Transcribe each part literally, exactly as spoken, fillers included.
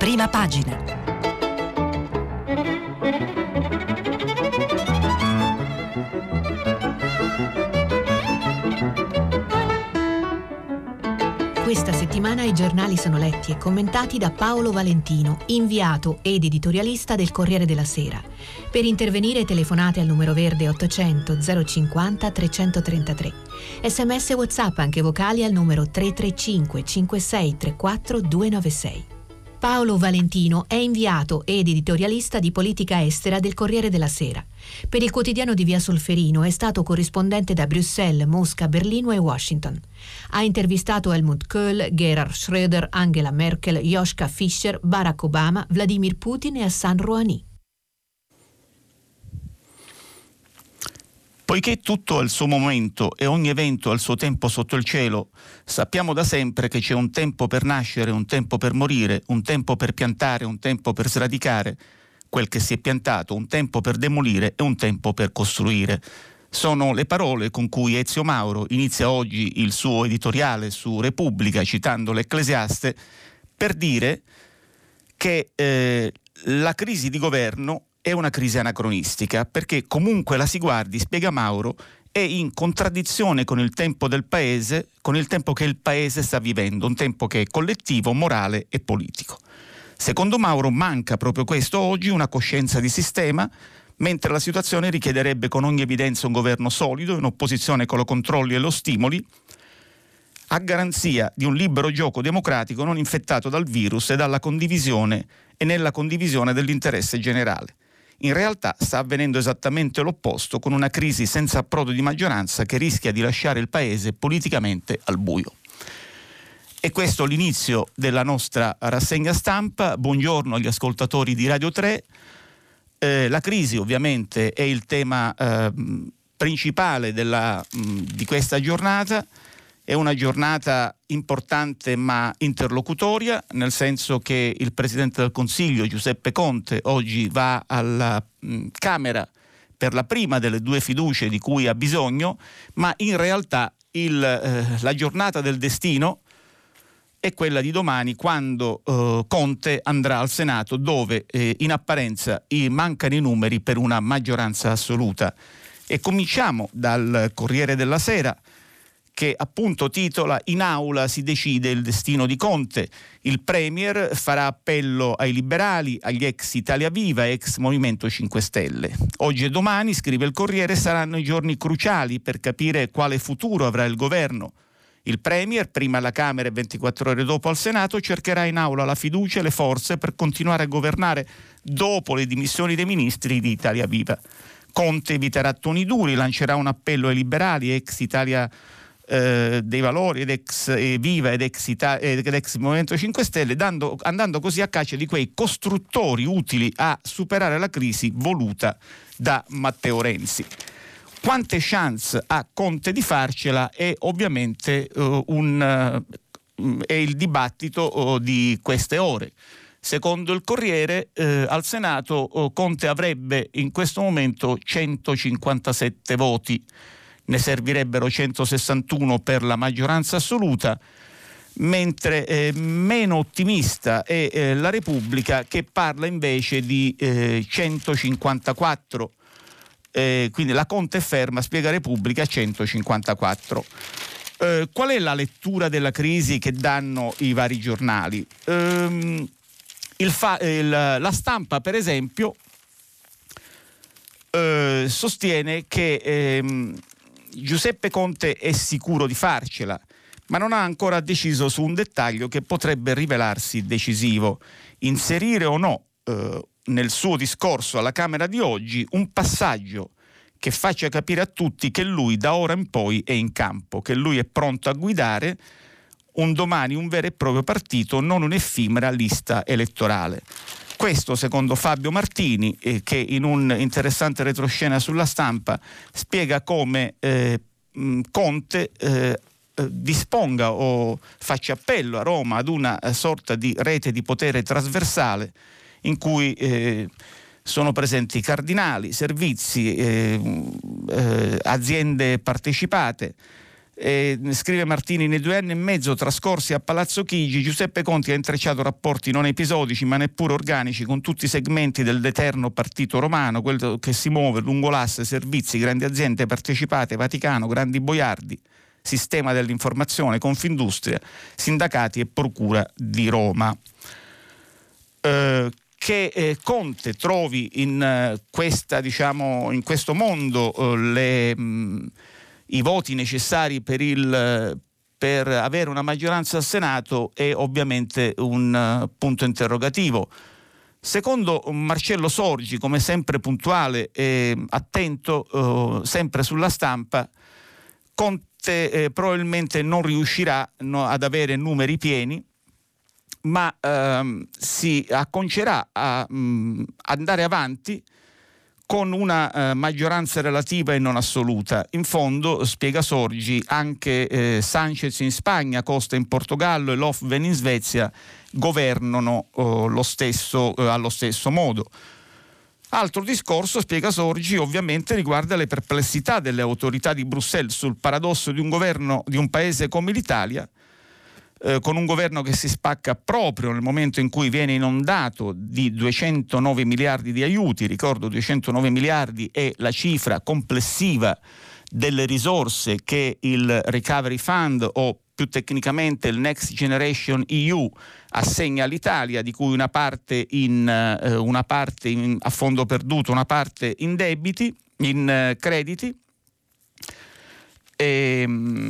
Prima pagina. Questa settimana i giornali sono letti e commentati da Paolo Valentino, inviato ed editorialista del Corriere della Sera. Per intervenire telefonate al numero verde ottocento zero cinquanta trecentotrentatré. Sms e WhatsApp anche vocali al numero tre tre cinque cinque sei tre quattro due nove sei. Paolo Valentino è inviato ed editorialista di politica estera del Corriere della Sera. Per il quotidiano di Via Solferino è stato corrispondente da Bruxelles, Mosca, Berlino e Washington. Ha intervistato Helmut Kohl, Gerhard Schröder, Angela Merkel, Joschka Fischer, Barack Obama, Vladimir Putin e Hassan Rouhani. Poiché tutto ha il suo momento e ogni evento ha il suo tempo sotto il cielo, sappiamo da sempre che c'è un tempo per nascere, un tempo per morire, un tempo per piantare, un tempo per sradicare quel che si è piantato, un tempo per demolire e un tempo per costruire. Sono le parole con cui Ezio Mauro inizia oggi il suo editoriale su Repubblica, citando l'Ecclesiaste, per dire che eh, la crisi di governo è una crisi anacronistica, perché comunque la si guardi, spiega Mauro, è in contraddizione con il tempo del paese, con il tempo che il paese sta vivendo, un tempo che è collettivo, morale e politico. Secondo Mauro manca proprio questo oggi, una coscienza di sistema, mentre la situazione richiederebbe con ogni evidenza un governo solido, in opposizione con lo controlli e lo stimoli, a garanzia di un libero gioco democratico non infettato dal virus e dalla condivisione e nella condivisione dell'interesse generale. In realtà sta avvenendo esattamente l'opposto, con una crisi senza approdo di maggioranza che rischia di lasciare il paese politicamente al buio. E questo l'inizio della nostra rassegna stampa. Buongiorno agli ascoltatori di Radio tre. Eh, la crisi ovviamente è il tema eh, principale della, mh, di questa giornata. È una giornata importante ma interlocutoria, nel senso che il Presidente del Consiglio Giuseppe Conte oggi va alla mh, Camera per la prima delle due fiducie di cui ha bisogno, ma in realtà il, eh, la giornata del destino è quella di domani, quando eh, Conte andrà al Senato, dove eh, in apparenza eh, mancano i numeri per una maggioranza assoluta. E cominciamo dal Corriere della Sera, che appunto titola: in aula si decide il destino di Conte, il Premier farà appello ai liberali, agli ex Italia Viva e ex Movimento cinque Stelle. Oggi e domani, scrive il Corriere, saranno i giorni cruciali per capire quale futuro avrà il governo. Il Premier, prima alla Camera e ventiquattro ore dopo al Senato, cercherà in aula la fiducia e le forze per continuare a governare dopo le dimissioni dei ministri di Italia Viva. Conte eviterà toni duri, lancerà un appello ai liberali, ex Italia eh, dei Valori ed ex eh, Viva ed ex, Ita- ed ex Movimento cinque Stelle, dando, andando così a caccia di quei costruttori utili a superare la crisi voluta da Matteo Renzi. Quante chance ha Conte di farcela è ovviamente uh, un, uh, è il dibattito uh, di queste ore. Secondo il Corriere, uh, al Senato uh, Conte avrebbe in questo momento centocinquantasette voti, ne servirebbero centosessantuno per la maggioranza assoluta, mentre eh, meno ottimista è eh, la Repubblica, che parla invece di eh, centocinquantaquattro. Eh, quindi la Conte è ferma, spiega Repubblica, centocinquantaquattro. Eh, qual è la lettura della crisi che danno i vari giornali? Ehm, il fa- il, la Stampa, per esempio, eh, sostiene che ehm, Giuseppe Conte è sicuro di farcela, ma non ha ancora deciso su un dettaglio che potrebbe rivelarsi decisivo: inserire o no eh, nel suo discorso alla Camera di oggi un passaggio che faccia capire a tutti che lui da ora in poi è in campo, che lui è pronto a guidare un domani un vero e proprio partito, non un'effimera lista elettorale. Questo, secondo Fabio Martini, eh, che in un interessante retroscena sulla Stampa spiega come eh, Conte eh, disponga o faccia appello a Roma ad una sorta di rete di potere trasversale, in cui eh, sono presenti cardinali, servizi, eh, eh, aziende partecipate, Eh, scrive Martini: nei due anni e mezzo trascorsi a Palazzo Chigi, Giuseppe Conte ha intrecciato rapporti non episodici ma neppure organici con tutti i segmenti dell'eterno partito romano, quello che si muove lungo l'asse servizi, grandi aziende partecipate, Vaticano, grandi boiardi, sistema dell'informazione, Confindustria, sindacati e procura di Roma. Eh, che eh, Conte trovi in eh, questa, diciamo, in questo mondo eh, le mh, i voti necessari per, il, per avere una maggioranza al Senato è ovviamente un uh, punto interrogativo. Secondo Marcello Sorgi, come sempre puntuale e attento, uh, sempre sulla Stampa, Conte eh, probabilmente non riuscirà no, ad avere numeri pieni, ma uh, si acconcerà a um, andare avanti con una eh, maggioranza relativa e non assoluta. In fondo, spiega Sorgi, anche eh, Sanchez in Spagna, Costa in Portogallo e Löfven in Svezia governano oh, lo stesso, eh, allo stesso modo. Altro discorso, spiega Sorgi, ovviamente riguarda le perplessità delle autorità di Bruxelles sul paradosso di un governo di un paese come l'Italia, Eh, con un governo che si spacca proprio nel momento in cui viene inondato di duecentonove miliardi di aiuti. Ricordo, duecentonove miliardi è la cifra complessiva delle risorse che il Recovery Fund, o più tecnicamente il Next Generation E U, assegna all'Italia, di cui una parte, in, eh, una parte in, a fondo perduto, una parte in debiti, in eh, crediti. E,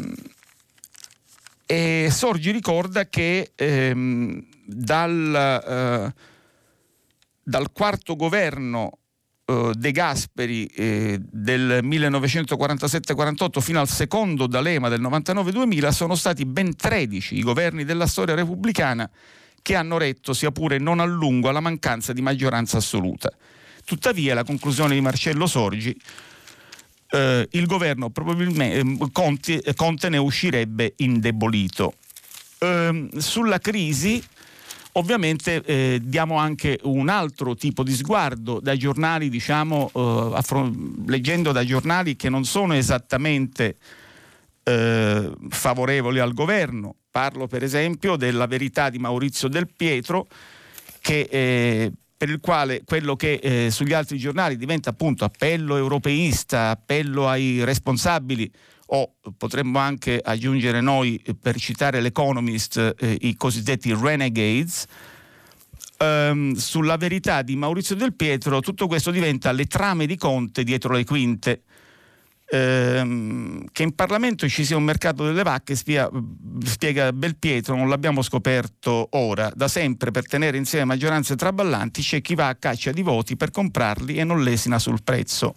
E Sorgi ricorda che ehm, dal, eh, dal quarto governo eh, De Gasperi eh, del millenovecentoquarantasette quarantotto fino al secondo D'Alema del novantanove duemila sono stati ben tredici i governi della storia repubblicana che hanno retto, sia pure non a lungo, alla mancanza di maggioranza assoluta. Tuttavia, la conclusione di Marcello Sorgi, Uh, il governo probabilmente eh, Conte, Conte ne uscirebbe indebolito. Uh, sulla crisi ovviamente eh, diamo anche un altro tipo di sguardo dai giornali, diciamo, uh, affron- leggendo da giornali che non sono esattamente uh, favorevoli al governo. Parlo per esempio della Verità di Maurizio Del Pietro, che eh, per il quale quello che eh, sugli altri giornali diventa appunto appello europeista, appello ai responsabili, o potremmo anche aggiungere noi, per citare l'Economist, eh, i cosiddetti renegades. Um, sulla Verità di Maurizio Del Pietro tutto questo diventa le trame di Conte dietro le quinte. Ehm, che in Parlamento ci sia un mercato delle vacche, spia, spiega Belpietro, non l'abbiamo scoperto ora. Da sempre, per tenere insieme maggioranze traballanti, c'è chi va a caccia di voti per comprarli e non lesina sul prezzo.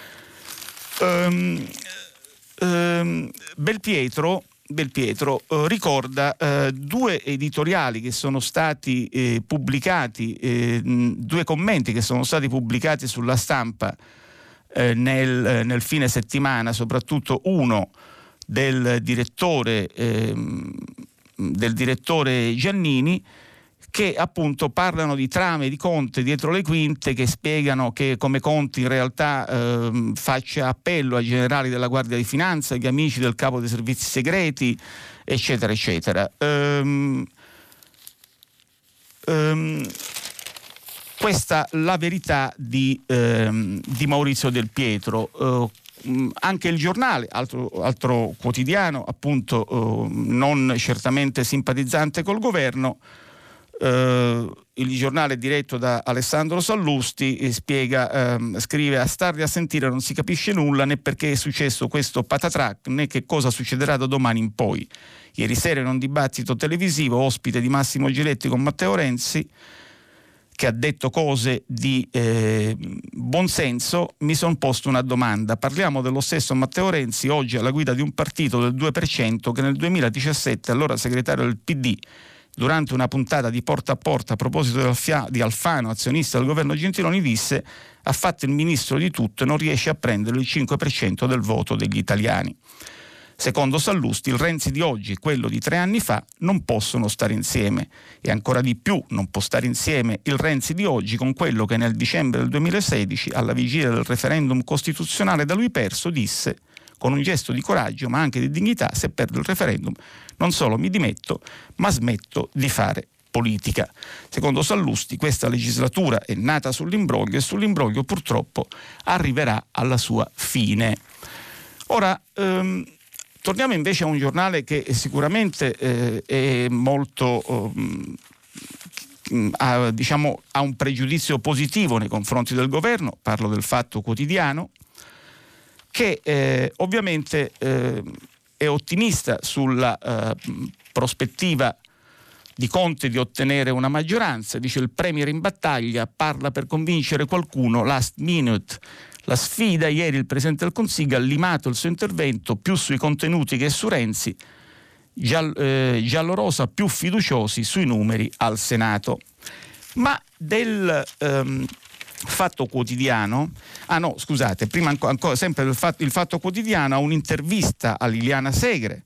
Ehm, ehm, Belpietro, Belpietro eh, ricorda eh, due editoriali che sono stati eh, pubblicati, eh, due commenti che sono stati pubblicati sulla Stampa Eh, nel, eh, nel fine settimana, soprattutto uno del direttore, ehm, del direttore Giannini, che appunto parlano di trame di Conte dietro le quinte, che spiegano che come Conte in realtà ehm, faccia appello ai generali della Guardia di Finanza, agli amici del capo dei servizi segreti, eccetera, eccetera. Ehm, ehm, Questa la Verità di, ehm, di Maurizio Del Pietro. Eh, anche il Giornale, altro, altro quotidiano appunto eh, non certamente simpatizzante col governo, eh, il Giornale diretto da Alessandro Sallusti eh, spiega, eh, scrive: a starli a sentire non si capisce nulla, né perché è successo questo patatrac, né che cosa succederà da domani in poi. Ieri sera in un dibattito televisivo, ospite di Massimo Giletti con Matteo Renzi, che ha detto cose di eh, buonsenso, mi sono posto una domanda. Parliamo dello stesso Matteo Renzi, oggi alla guida di un partito del due per cento, che nel duemiladiciassette, allora segretario del P D, durante una puntata di Porta a Porta a proposito di, Alfia, di Alfano, azionista del governo Gentiloni, disse: ha fatto il ministro di tutto e non riesce a prendere il cinque per cento del voto degli italiani. Secondo Sallusti, il Renzi di oggi e quello di tre anni fa non possono stare insieme, e ancora di più non può stare insieme il Renzi di oggi con quello che nel dicembre del duemilasedici, alla vigilia del referendum costituzionale da lui perso, disse, con un gesto di coraggio ma anche di dignità, se perdo il referendum non solo mi dimetto ma smetto di fare politica. Secondo Sallusti questa legislatura è nata sull'imbroglio e sull'imbroglio purtroppo arriverà alla sua fine. Ora ehm, torniamo invece a un giornale che sicuramente eh, è molto eh, ha, diciamo, ha un pregiudizio positivo nei confronti del governo, parlo del Fatto Quotidiano, che eh, ovviamente eh, è ottimista sulla eh, prospettiva di Conte di ottenere una maggioranza. Dice: il premier in battaglia, parla per convincere qualcuno, last minute. La sfida, ieri il Presidente del Consiglio ha limato il suo intervento più sui contenuti che su Renzi, giall- eh, giallorosa più fiduciosi sui numeri al Senato. Ma del ehm, Fatto Quotidiano, ah no scusate, prima ancora, ancora sempre il fatto, il Fatto Quotidiano ha un'intervista a Liliana Segre,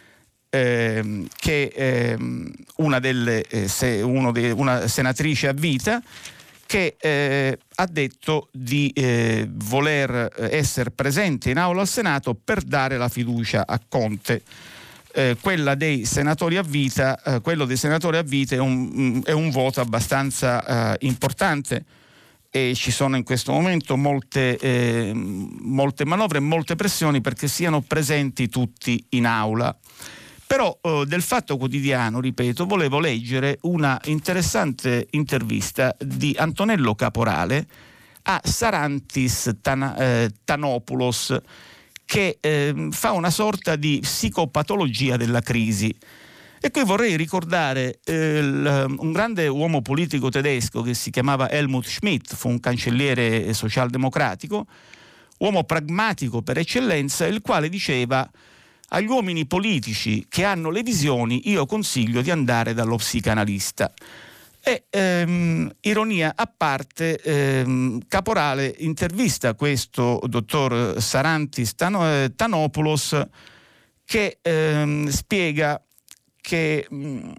ehm, che è una delle eh, se, uno de, una senatrice a vita, che eh, ha detto di eh, voler essere presente in aula al Senato per dare la fiducia a Conte. Eh, quella dei senatori a vita, eh, quello dei senatori a vita è un, è un voto abbastanza eh, importante, e ci sono in questo momento molte, eh, molte manovre e molte pressioni perché siano presenti tutti in aula. Però eh, del Fatto Quotidiano, ripeto, volevo leggere una interessante intervista di Antonello Caporale a Sarantis Tan- eh, Tanopoulos, che eh, fa una sorta di psicopatologia della crisi. E qui vorrei ricordare eh, l, un grande uomo politico tedesco che si chiamava Helmut Schmidt, fu un cancelliere socialdemocratico, uomo pragmatico per eccellenza, il quale diceva: agli uomini politici che hanno le visioni io consiglio di andare dallo psicanalista. E ehm, ironia a parte, ehm, Caporale intervista questo dottor Sarantis Tan- Tanopoulos, che ehm, spiega che mh,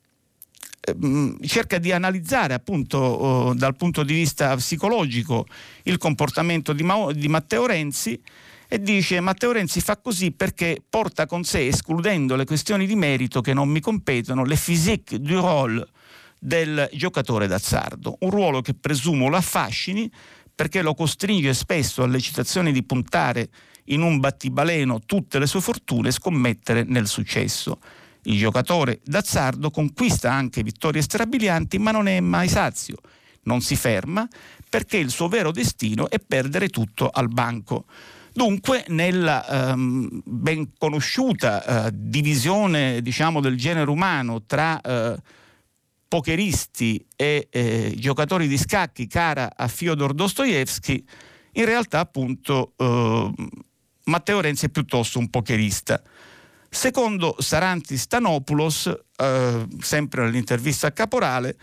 mh, cerca di analizzare appunto oh, dal punto di vista psicologico il comportamento di, Ma- di Matteo Renzi, e dice: Matteo Renzi fa così perché porta con sé, escludendo le questioni di merito che non mi competono, le physique du rôle del giocatore d'azzardo, un ruolo che presumo lo affascini perché lo costringe spesso all'eccitazione di puntare in un battibaleno tutte le sue fortune e scommettere nel successo. Il giocatore d'azzardo conquista anche vittorie strabilianti, ma non è mai sazio, non si ferma perché il suo vero destino è perdere tutto al banco. Dunque, nella ehm, ben conosciuta eh, divisione, diciamo, del genere umano tra eh, pokeristi e eh, giocatori di scacchi cara a Fyodor Dostoevsky, in realtà appunto eh, Matteo Renzi è piuttosto un pokerista. Secondo Sarantis Tanopoulos, eh, sempre nell'intervista a Caporale,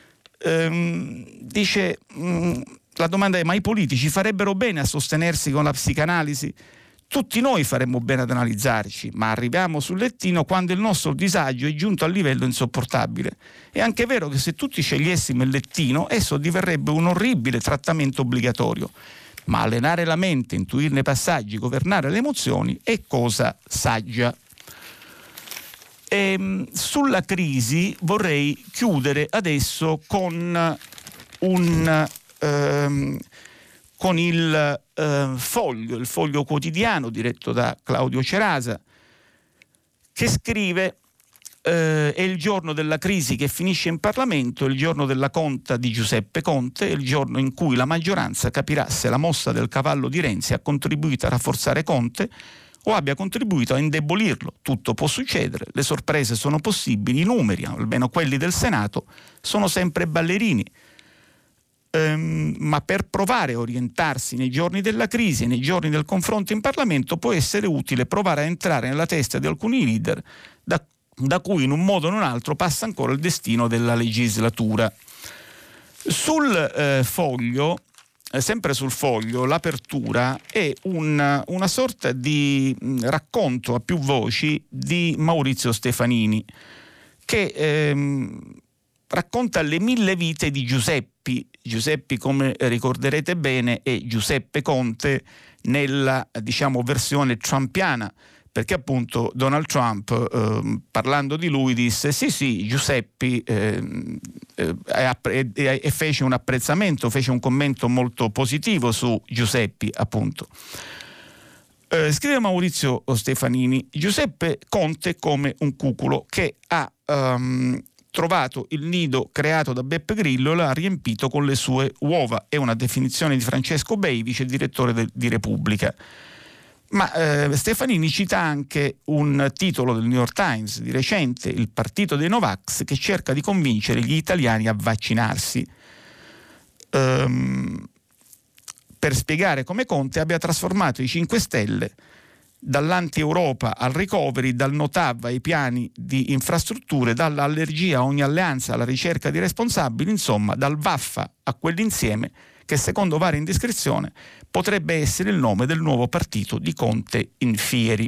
ehm, dice mh, la domanda è: ma i politici farebbero bene a sostenersi con la psicanalisi? Tutti noi faremmo bene ad analizzarci, ma arriviamo sul lettino quando il nostro disagio è giunto a livello insopportabile. È anche vero che se tutti scegliessimo il lettino, esso diverrebbe un orribile trattamento obbligatorio. Ma allenare la mente, intuirne i passaggi, governare le emozioni è cosa saggia. E, sulla crisi vorrei chiudere adesso con un... Ehm, con il eh, Foglio, il Foglio Quotidiano diretto da Claudio Cerasa, che scrive eh, è il giorno della crisi che finisce in Parlamento, è il giorno della conta di Giuseppe Conte, è il giorno in cui la maggioranza capirà se la mossa del cavallo di Renzi ha contribuito a rafforzare Conte o abbia contribuito a indebolirlo. Tutto può succedere, le sorprese sono possibili, i numeri, almeno quelli del Senato, sono sempre ballerini. Ma per provare a orientarsi nei giorni della crisi e nei giorni del confronto in Parlamento può essere utile provare a entrare nella testa di alcuni leader da, da cui in un modo o in un altro passa ancora il destino della legislatura. Sul eh, foglio, eh, sempre sul Foglio, l'apertura è un, una sorta di mh, racconto a più voci di Maurizio Stefanini, che ehm, racconta le mille vite di Giuseppi. Giuseppe, come ricorderete bene, è Giuseppe Conte nella, diciamo, versione trumpiana, perché appunto Donald Trump, eh, parlando di lui, disse sì sì Giuseppe, eh, eh, e, e fece un apprezzamento, fece un commento molto positivo su Giuseppe, appunto. Eh, scrive Maurizio Stefanini: Giuseppe Conte come un cuculo che ha um, trovato il nido creato da Beppe Grillo e l'ha riempito con le sue uova. È una definizione di Francesco Bei, vice direttore de, di Repubblica. Ma eh, Stefanini cita anche un titolo del New York Times di recente: il partito dei Novax che cerca di convincere gli italiani a vaccinarsi, ehm, per spiegare come Conte abbia trasformato i cinque Stelle dall'anti-Europa al recovery, dal no-TAV ai piani di infrastrutture, dall'allergia a ogni alleanza alla ricerca di responsabili, insomma dal vaffa a quell'insieme che secondo varia indiscrezione potrebbe essere il nome del nuovo partito di Conte in Fieri.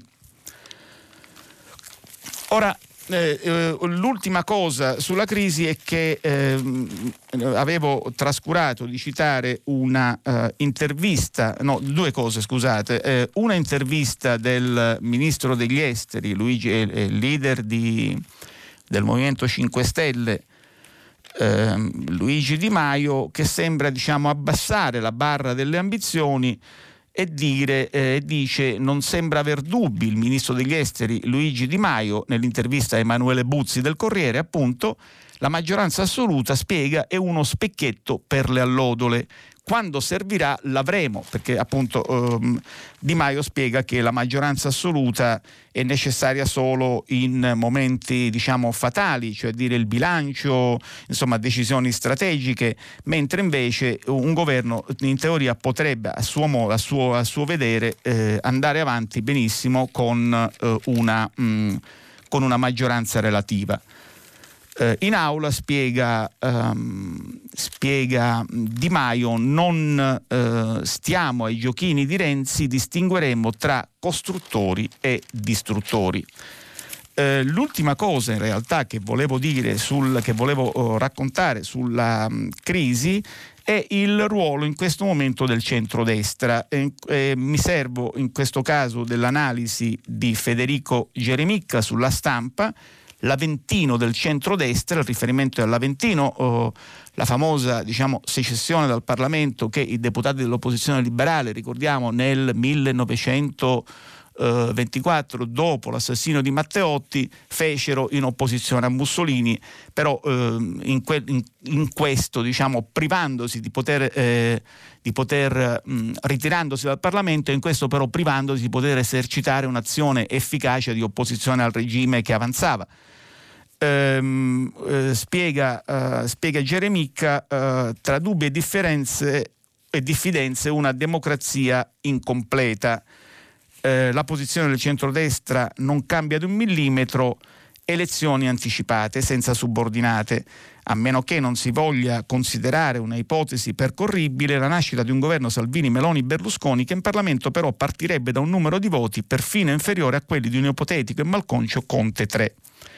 Ora, eh, eh, l'ultima cosa sulla crisi è che eh, avevo trascurato di citare una uh, intervista, no, due cose, scusate, eh, una intervista del ministro degli esteri, Luigi, eh, leader di, del Movimento cinque Stelle, eh, Luigi Di Maio, che sembra, diciamo, abbassare la barra delle ambizioni e dire, eh, dice non sembra aver dubbi il ministro degli esteri Luigi Di Maio nell'intervista a Emanuele Buzzi del Corriere, appunto, la maggioranza assoluta, spiega, è uno specchietto per le allodole. Quando servirà l'avremo, perché appunto ehm, Di Maio spiega che la maggioranza assoluta è necessaria solo in momenti, diciamo, fatali, cioè dire il bilancio, insomma decisioni strategiche, mentre invece un governo in teoria potrebbe a suo, modo, a suo, a suo vedere eh, andare avanti benissimo con, eh, una, mh, con una maggioranza relativa. In aula spiega, um, spiega Di Maio: non uh, stiamo ai giochini di Renzi, distingueremo tra costruttori e distruttori. Uh, l'ultima cosa in realtà che volevo dire, sul, che volevo uh, raccontare sulla um, crisi è il ruolo in questo momento del centrodestra. Eh, eh, mi servo in questo caso dell'analisi di Federico Geremicca sulla Stampa. L'Aventino del centrodestra, il riferimento è all'Aventino, oh, la famosa, diciamo, secessione dal Parlamento che i deputati dell'opposizione liberale, ricordiamo, nel millenovecentodiciotto, dopo l'assassinio di Matteotti, fecero in opposizione a Mussolini, però eh, in, que- in, in questo, diciamo, privandosi di poter, eh, di poter mh, ritirandosi dal Parlamento, in questo però privandosi di poter esercitare un'azione efficace di opposizione al regime che avanzava. Ehm, eh, spiega, eh, spiega Geremicca, eh, tra dubbi e differenze e diffidenze una democrazia incompleta. Eh, la posizione del centrodestra non cambia di un millimetro, elezioni anticipate senza subordinate, a meno che non si voglia considerare una ipotesi percorribile la nascita di un governo Salvini-Meloni-Berlusconi, che in Parlamento però partirebbe da un numero di voti perfino inferiore a quelli di un ipotetico e malconcio Conte tre.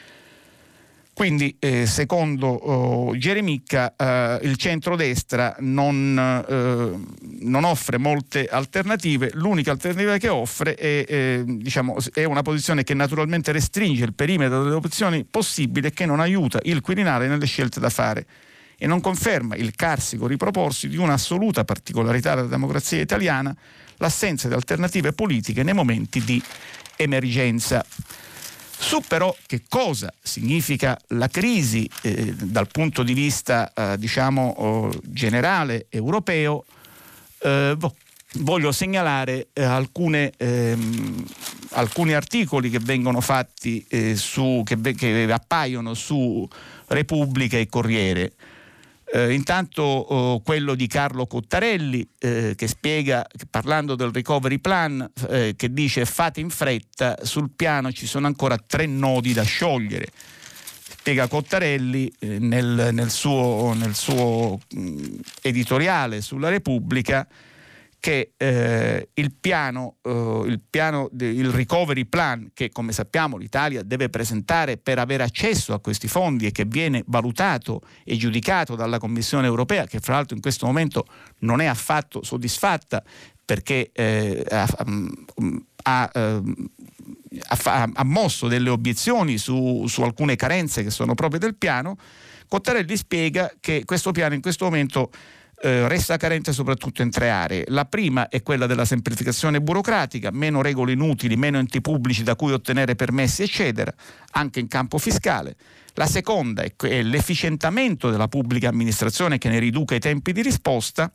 Quindi, eh, secondo oh, Geremicca, eh, il centrodestra non, eh, non offre molte alternative. L'unica alternativa che offre è, eh, diciamo, è una posizione che naturalmente restringe il perimetro delle opzioni possibili e che non aiuta il Quirinale nelle scelte da fare, e non conferma il carsico riproporsi di un'assoluta particolarità della democrazia italiana, l'assenza di alternative politiche nei momenti di emergenza. Su però che cosa significa la crisi eh, dal punto di vista eh, diciamo oh, generale europeo, eh, voglio segnalare eh, alcune, ehm, alcuni articoli che vengono fatti eh, su, che, che appaiono su Repubblica e Corriere. Eh, intanto oh, quello di Carlo Cottarelli eh, che spiega, parlando del recovery plan, eh, che dice fate in fretta, sul piano ci sono ancora tre nodi da sciogliere. Spiega Cottarelli eh, nel, nel suo, nel suo mh, editoriale sulla Repubblica che eh, il piano, eh, il piano, de, il recovery plan che come sappiamo l'Italia deve presentare per avere accesso a questi fondi e che viene valutato e giudicato dalla Commissione europea, che fra l'altro in questo momento non è affatto soddisfatta perché eh, ha, ha, ha, ha, ha mosso delle obiezioni su, su alcune carenze che sono proprie del piano. Cottarelli spiega che questo piano in questo momento Eh, resta carente soprattutto in tre aree. La prima è quella della semplificazione burocratica, meno regole inutili, meno enti pubblici da cui ottenere permessi eccetera, anche in campo fiscale. La seconda è, è l'efficientamento della pubblica amministrazione che ne riduca i tempi di risposta.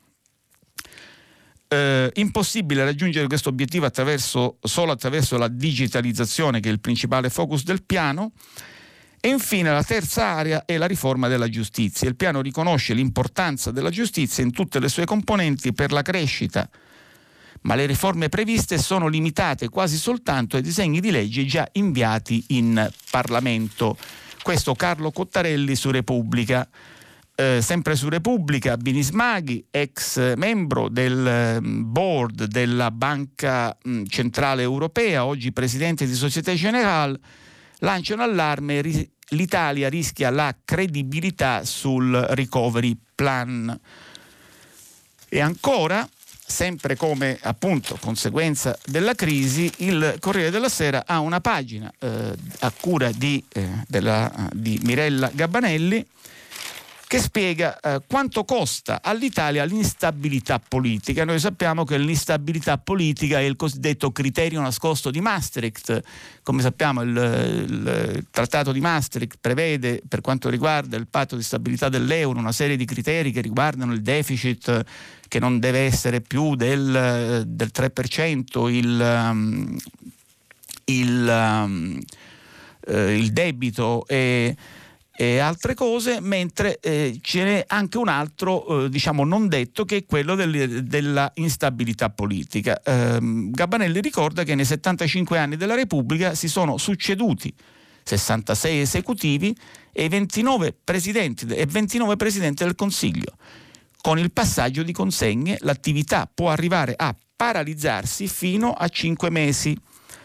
Eh, impossibile raggiungere questo obiettivo attraverso, solo attraverso la digitalizzazione, che è il principale focus del piano. E infine la terza area è la riforma della giustizia. Il piano riconosce l'importanza della giustizia in tutte le sue componenti per la crescita, ma le riforme previste sono limitate quasi soltanto ai disegni di legge già inviati in Parlamento. Questo Carlo Cottarelli su Repubblica. Eh, sempre su Repubblica, Bini Smaghi, ex membro del board della Banca Centrale Europea, oggi presidente di Société Générale, lancia un allarme: l'Italia rischia la credibilità sul recovery plan. E ancora, sempre come appunto conseguenza della crisi, il Corriere della Sera ha una pagina eh, a cura di, eh, della, di Mirella Gabbanelli, che spiega eh, quanto costa all'Italia l'instabilità politica. Noi sappiamo che l'instabilità politica è il cosiddetto criterio nascosto di Maastricht. Come sappiamo il, il, il trattato di Maastricht prevede, per quanto riguarda il patto di stabilità dell'euro, una serie di criteri che riguardano il deficit, che non deve essere più del, del tre per cento, il, um, il, um, eh, il debito e e altre cose, mentre eh, ce n'è anche un altro eh, diciamo non detto, che è quello del, della instabilità politica. Eh, Gabbanelli ricorda che nei settantacinque anni della Repubblica si sono succeduti sessantasei esecutivi e ventinove presidenti e ventinove presidenti del Consiglio. Con il passaggio di consegne l'attività può arrivare a paralizzarsi fino a cinque mesi.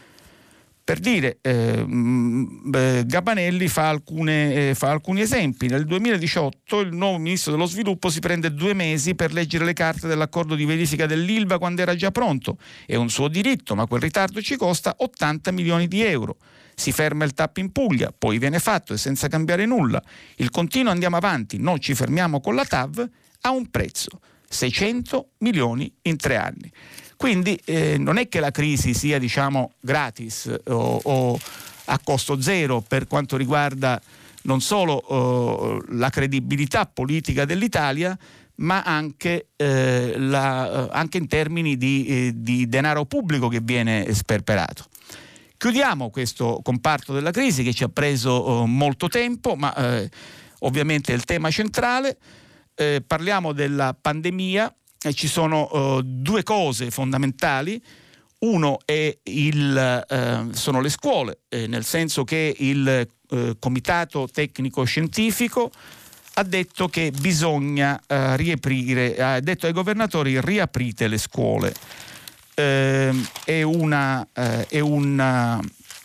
Per dire, eh, Gabbanelli fa, alcune, eh, fa alcuni esempi. Nel duemiladiciotto il nuovo ministro dello sviluppo si prende due mesi per leggere le carte dell'accordo di verifica dell'Ilva quando era già pronto. È un suo diritto, ma quel ritardo ci costa ottanta milioni di euro. Si ferma il T A P in Puglia, poi viene fatto e senza cambiare nulla. Il continuo andiamo avanti, noi ci fermiamo con la T A V, ha un prezzo, seicento milioni in tre anni. Quindi eh, non è che la crisi sia diciamo gratis o, o a costo zero per quanto riguarda non solo oh, la credibilità politica dell'Italia, ma anche, eh, la, anche in termini di, eh, di denaro pubblico che viene sperperato. Chiudiamo questo comparto della crisi che ci ha preso oh, molto tempo, ma eh, ovviamente è il tema centrale. Eh, parliamo della pandemia. Eh, ci sono uh, due cose fondamentali. Uno è il, uh, sono le scuole, eh, nel senso che il uh, Comitato Tecnico Scientifico ha detto che bisogna uh, riaprire, ha detto ai governatori: riaprite le scuole. Eh, è, una, eh, è un uh,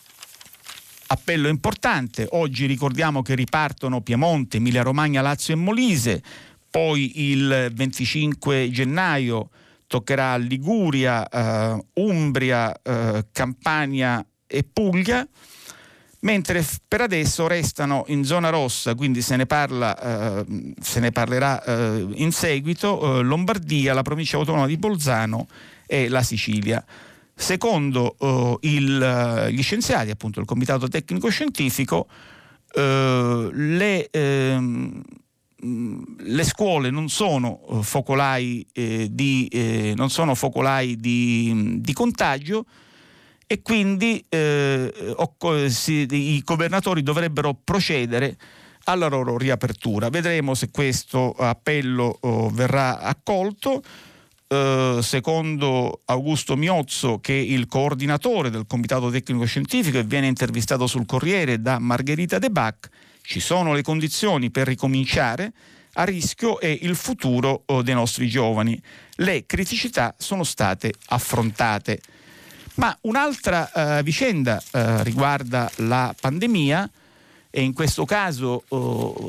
appello importante. Oggi ricordiamo che ripartono Piemonte, Emilia Romagna, Lazio e Molise. Poi il venticinque gennaio toccherà a Liguria, eh, Umbria, eh, Campania e Puglia, mentre per adesso restano in zona rossa, quindi se ne parla, eh, se ne parlerà eh, in seguito, eh, Lombardia, la provincia autonoma di Bolzano e la Sicilia. Secondo eh, il, gli scienziati, appunto il Comitato Tecnico Scientifico, eh, le... Eh, le scuole non sono focolai eh, di eh, non sono focolai di, di contagio e quindi eh, si, i governatori dovrebbero procedere alla loro riapertura. Vedremo se questo appello oh, verrà accolto. Eh, secondo Augusto Miozzo, che è il coordinatore del Comitato Tecnico Scientifico e viene intervistato sul Corriere da Margherita De Bac, ci sono le condizioni per ricominciare, a rischio è il futuro oh, dei nostri giovani. Le criticità sono state affrontate. Ma un'altra uh, vicenda uh, riguarda la pandemia, e in questo caso uh,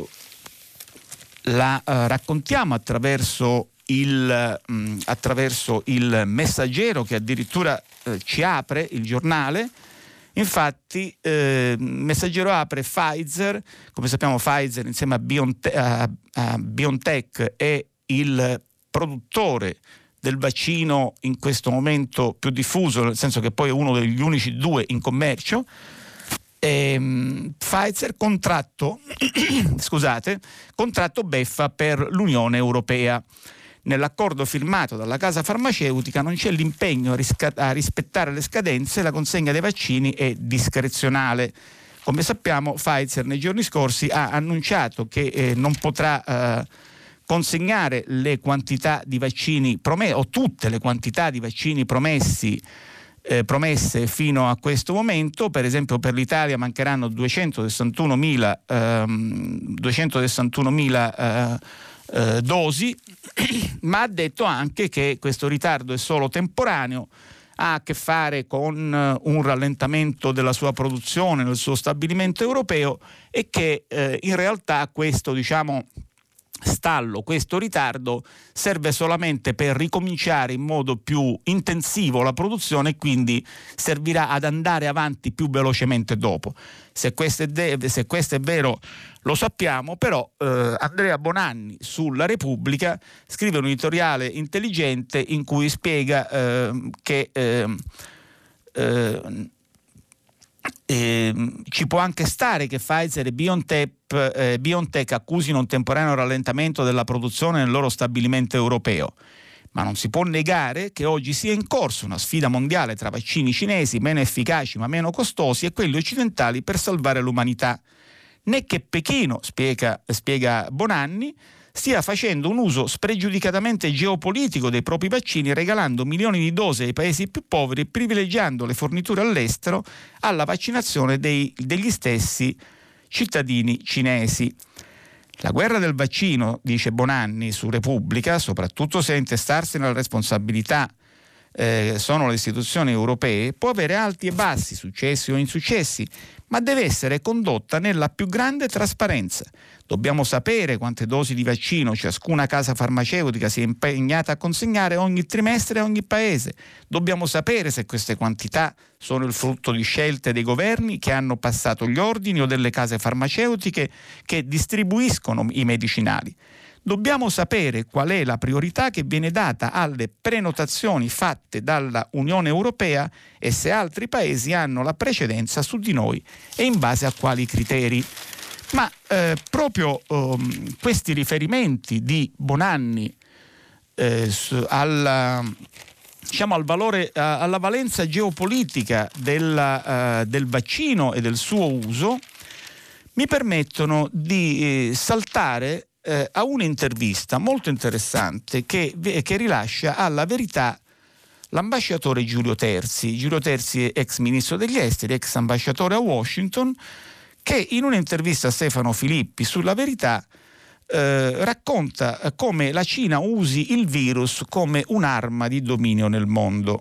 la uh, raccontiamo attraverso il, mh, attraverso il Messaggero, che addirittura uh, ci apre il giornale. Infatti eh, Messaggero apre Pfizer, come sappiamo Pfizer insieme a, Bionte- a, a BioNTech è il produttore del vaccino in questo momento più diffuso, nel senso che poi è uno degli unici due in commercio. E, Pfizer contratto, scusate, contratto beffa per l'Unione Europea. Nell'accordo firmato dalla casa farmaceutica non c'è l'impegno a, risca- a rispettare le scadenze, la consegna dei vaccini è discrezionale. Come sappiamo, Pfizer nei giorni scorsi ha annunciato che eh, non potrà eh, consegnare le quantità di vaccini promesse, o tutte le quantità di vaccini promessi eh, promesse fino a questo momento. Per esempio per l'Italia mancheranno duecentosessantunomila ehm, duecentosessantunomila eh, eh, dosi, ma ha detto anche che questo ritardo è solo temporaneo, ha a che fare con un rallentamento della sua produzione nel suo stabilimento europeo, e che eh, in realtà questo, diciamo, stallo, questo ritardo serve solamente per ricominciare in modo più intensivo la produzione, e quindi servirà ad andare avanti più velocemente dopo. Se questo è, de- se questo è vero lo sappiamo, però eh, Andrea Bonanni sulla Repubblica scrive un editoriale intelligente in cui spiega eh, che eh, eh, Eh, ci può anche stare che Pfizer e BioNTech, eh, BioNTech accusino un temporaneo rallentamento della produzione nel loro stabilimento europeo, ma non si può negare che oggi sia in corso una sfida mondiale tra vaccini cinesi meno efficaci ma meno costosi e quelli occidentali per salvare l'umanità, né che Pechino, spiega, spiega Bonanni, stia facendo un uso spregiudicatamente geopolitico dei propri vaccini, regalando milioni di dosi ai paesi più poveri e privilegiando le forniture all'estero alla vaccinazione dei, degli stessi cittadini cinesi. La guerra del vaccino, dice Bonanni su Repubblica, soprattutto se a intestarsi nella responsabilità eh, sono le istituzioni europee, può avere alti e bassi, successi o insuccessi, ma deve essere condotta nella più grande trasparenza. Dobbiamo sapere quante dosi di vaccino ciascuna casa farmaceutica si è impegnata a consegnare ogni trimestre a ogni paese. Dobbiamo sapere se queste quantità sono il frutto di scelte dei governi che hanno passato gli ordini o delle case farmaceutiche che distribuiscono i medicinali. Dobbiamo sapere qual è la priorità che viene data alle prenotazioni fatte dalla Unione Europea e se altri paesi hanno la precedenza su di noi e in base a quali criteri. Ma eh, proprio um, questi riferimenti di Bonanni eh, alla, diciamo, al valore, uh, alla valenza geopolitica della, uh, del vaccino e del suo uso mi permettono di eh, saltare eh, a un'intervista molto interessante che, che rilascia alla Verità l'ambasciatore Giulio Terzi. Giulio Terzi è ex ministro degli esteri, ex ambasciatore a Washington, che in un'intervista a Stefano Filippi sulla Verità eh, racconta come la Cina usi il virus come un'arma di dominio nel mondo.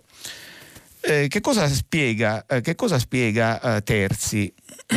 Eh, che cosa spiega, eh, che cosa spiega eh, Terzi?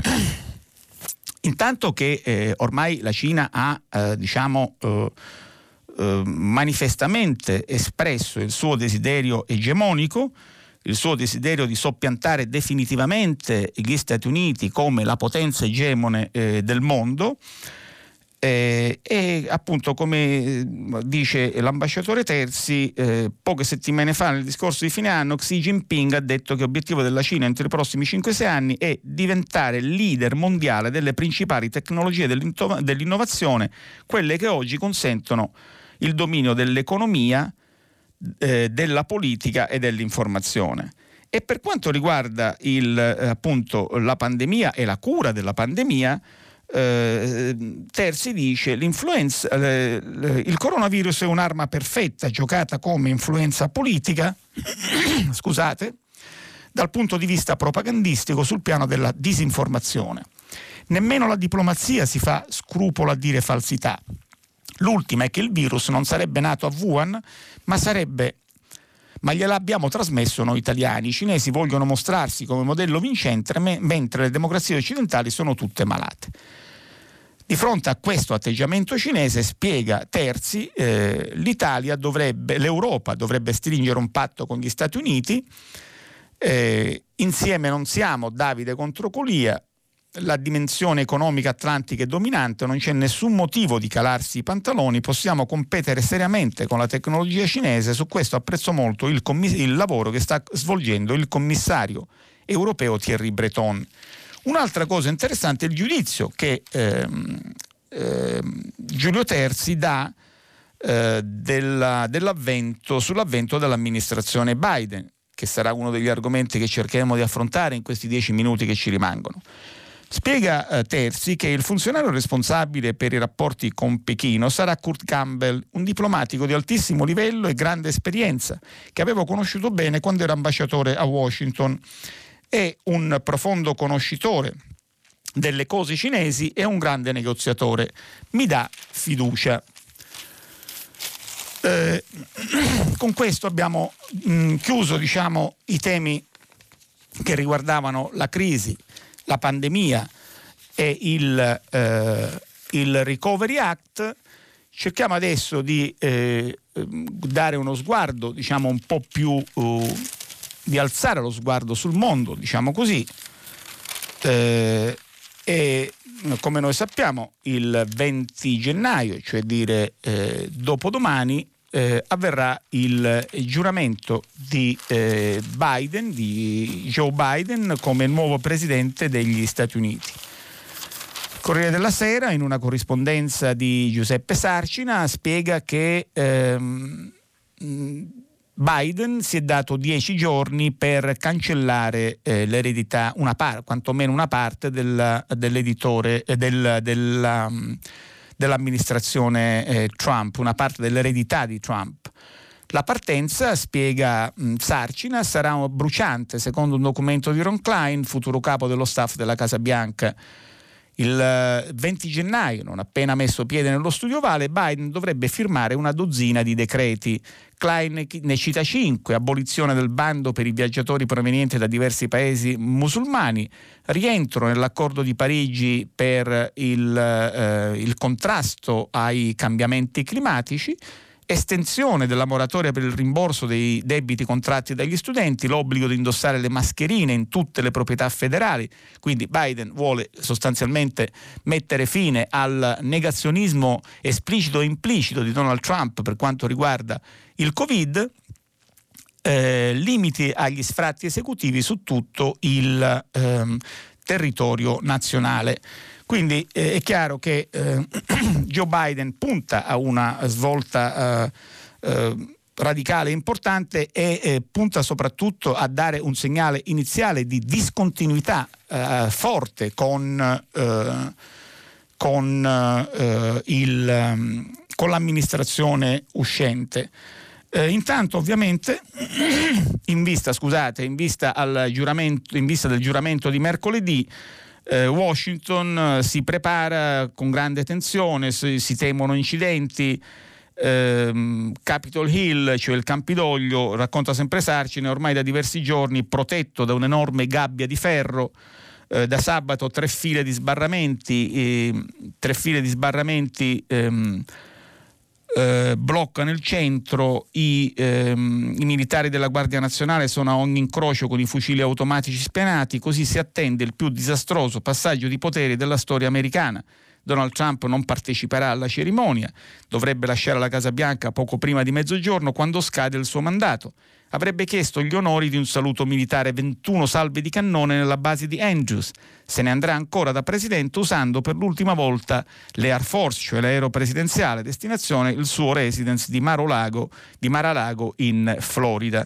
Intanto che eh, ormai la Cina ha eh, diciamo eh, eh, manifestamente espresso il suo desiderio egemonico, il suo desiderio di soppiantare definitivamente gli Stati Uniti come la potenza egemone eh, del mondo, eh, e appunto, come dice l'ambasciatore Terzi, eh, poche settimane fa nel discorso di fine anno Xi Jinping ha detto che l'obiettivo della Cina entro i prossimi cinque sei anni è diventare leader mondiale delle principali tecnologie dell'innovazione, quelle che oggi consentono il dominio dell'economia, eh, della politica e dell'informazione. E per quanto riguarda il, eh, appunto, la pandemia e la cura della pandemia, eh, Terzi dice l'influenza, eh, il coronavirus è un'arma perfetta giocata come influenza politica scusate, dal punto di vista propagandistico sul piano della disinformazione. Nemmeno la diplomazia si fa scrupolo a dire falsità. L'ultima è che il virus non sarebbe nato a Wuhan, ma sarebbe ma gliel'abbiamo trasmesso noi italiani. I cinesi vogliono mostrarsi come modello vincente, me- mentre le democrazie occidentali sono tutte malate. Di fronte a questo atteggiamento cinese, spiega Terzi, eh, l'Italia dovrebbe, l'Europa dovrebbe stringere un patto con gli Stati Uniti, eh, insieme non siamo Davide contro Golia, la dimensione economica atlantica è dominante, non c'è nessun motivo di calarsi i pantaloni, possiamo competere seriamente con la tecnologia cinese. Su questo apprezzo molto il, commiss- il lavoro che sta svolgendo il commissario europeo Thierry Breton. Un'altra cosa interessante è il giudizio che ehm, ehm, Giulio Terzi dà eh, della, dell'avvento, sull'avvento dell'amministrazione Biden, che sarà uno degli argomenti che cercheremo di affrontare in questi dieci minuti che ci rimangono. Spiega eh, Terzi che il funzionario responsabile per i rapporti con Pechino sarà Kurt Campbell, un diplomatico di altissimo livello e grande esperienza, che avevo conosciuto bene quando ero ambasciatore a Washington. È un profondo conoscitore delle cose cinesi e un grande negoziatore. Mi dà fiducia. Eh, con questo abbiamo mh, chiuso, diciamo, i temi che riguardavano la crisi, la pandemia e il, eh, il Recovery Act. Cerchiamo adesso di eh, dare uno sguardo, diciamo, un po' più, uh, di alzare lo sguardo sul mondo, diciamo così. Eh, e come noi sappiamo, il venti gennaio, cioè dire eh, dopodomani, Eh, avverrà il giuramento di eh, Biden, di Joe Biden, come nuovo presidente degli Stati Uniti. Corriere della Sera, in una corrispondenza di Giuseppe Sarcina, spiega che ehm, Biden si è dato dieci giorni per cancellare eh, l'eredità, una par- quantomeno una parte del, dell'editore eh, del, della dell'amministrazione eh, Trump, una parte dell'eredità di Trump. La partenza, spiega mh, Sarcina, sarà bruciante, secondo un documento di Ron Klein, futuro capo dello staff della Casa Bianca. Il venti gennaio, non appena messo piede nello studio Ovale, Biden dovrebbe firmare una dozzina di decreti. Klein ne cita cinque: abolizione del bando per i viaggiatori provenienti da diversi paesi musulmani, rientro nell'accordo di Parigi per il, eh, il contrasto ai cambiamenti climatici, estensione della moratoria per il rimborso dei debiti contratti dagli studenti, l'obbligo di indossare le mascherine in tutte le proprietà federali. Quindi Biden vuole sostanzialmente mettere fine al negazionismo esplicito e implicito di Donald Trump per quanto riguarda il Covid, eh, limiti agli sfratti esecutivi su tutto il ehm, territorio nazionale. Quindi eh, è chiaro che eh, Joe Biden punta a una svolta eh, eh, radicale e importante e eh, punta soprattutto a dare un segnale iniziale di discontinuità eh, forte con, eh, con, eh, il, con l'amministrazione uscente. Eh, intanto ovviamente in vista, scusate, in vista al giuramento, in vista del giuramento di mercoledì, Eh, Washington eh, si prepara con grande tensione, si, si temono incidenti. Eh, Capitol Hill, cioè il Campidoglio, racconta sempre Sarcine, ormai da diversi giorni protetto da un'enorme gabbia di ferro. Eh, da sabato tre file di sbarramenti, eh, tre file di sbarramenti ehm, eh, bloccano il centro. I, ehm, i militari della Guardia Nazionale sono a ogni incrocio con i fucili automatici spianati, così si attende il più disastroso passaggio di poteri della storia americana. Donald Trump non parteciperà alla cerimonia, dovrebbe lasciare la Casa Bianca poco prima di mezzogiorno, quando scade il suo mandato. Avrebbe chiesto gli onori di un saluto militare, ventuno salve di cannone nella base di Andrews. Se ne andrà ancora da presidente usando per l'ultima volta l'Air Force, cioè l'aereo presidenziale, destinazione il suo residence di Mar-a-Lago, di Mar-a-Lago in Florida.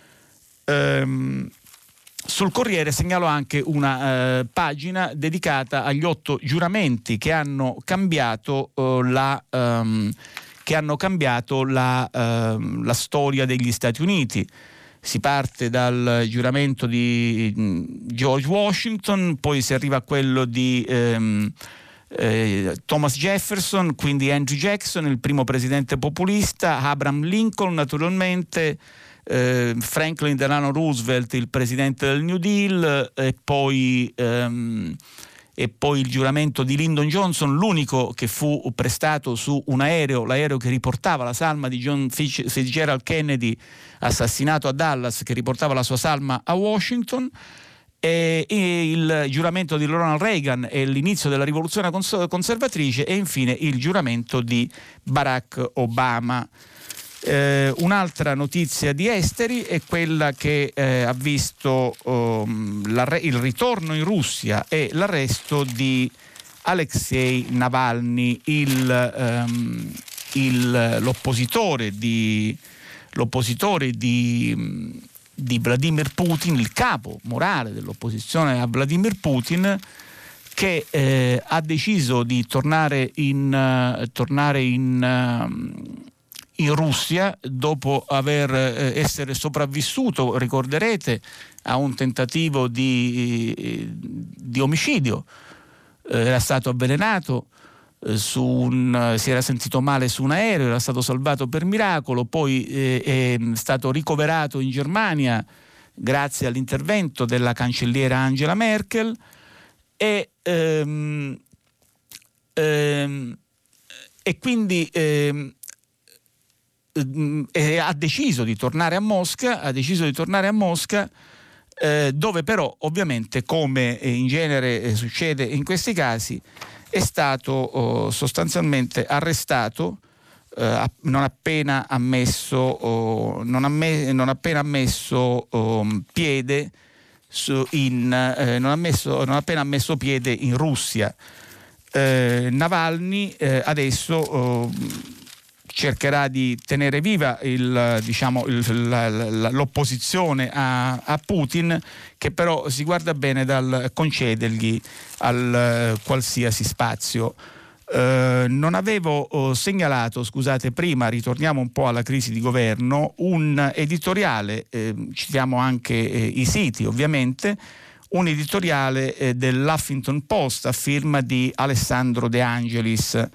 Ehm, sul Corriere segnalo anche una eh, pagina dedicata agli otto giuramenti che hanno cambiato eh, la... Um, che hanno cambiato la, uh, la storia degli Stati Uniti. Si parte dal giuramento di George Washington, poi si arriva a quello di, um, eh, Thomas Jefferson, quindi Andrew Jackson, il primo presidente populista, Abraham Lincoln naturalmente, eh, Franklin Delano Roosevelt, il presidente del New Deal, e poi... Ehm, e poi il giuramento di Lyndon Johnson, l'unico che fu prestato su un aereo, l'aereo che riportava la salma di John Fitzgerald Kennedy, assassinato a Dallas, che riportava la sua salma a Washington, e, e il giuramento di Ronald Reagan e l'inizio della rivoluzione cons- conservatrice, e infine il giuramento di Barack Obama. Eh, un'altra notizia di esteri è quella che eh, ha visto um, il ritorno in Russia e l'arresto di Alexei Navalny, il, um, il, l'oppositore di, l'oppositore di, di Vladimir Putin, il capo morale dell'opposizione a Vladimir Putin, che eh, ha deciso di tornare in, uh, tornare in uh, in Russia dopo aver eh, essere sopravvissuto, ricorderete, a un tentativo di, eh, di omicidio. Eh, era stato avvelenato, eh, su un, si era sentito male su un aereo, era stato salvato per miracolo, poi eh, è stato ricoverato in Germania grazie all'intervento della cancelliera Angela Merkel e, ehm, ehm, e quindi ehm, E ha deciso di tornare a Mosca, ha deciso di tornare a Mosca, eh, dove però ovviamente, come in genere eh, succede in questi casi, è stato oh, sostanzialmente arrestato eh, non appena ha messo, oh, non, amme- non appena ha messo oh, piede su in, eh, non, ha messo, non appena ha messo piede in Russia. Eh, Navalny eh, adesso oh, cercherà di tenere viva il, diciamo, il, la, la, l'opposizione a, a Putin, che però si guarda bene dal concedergli al uh, qualsiasi spazio. Uh, non avevo uh, segnalato, scusate, prima, ritorniamo un po' alla crisi di governo, un editoriale, eh, citiamo anche eh, i siti ovviamente, un editoriale eh, dell'Huffington Post a firma di Alessandro De Angelis.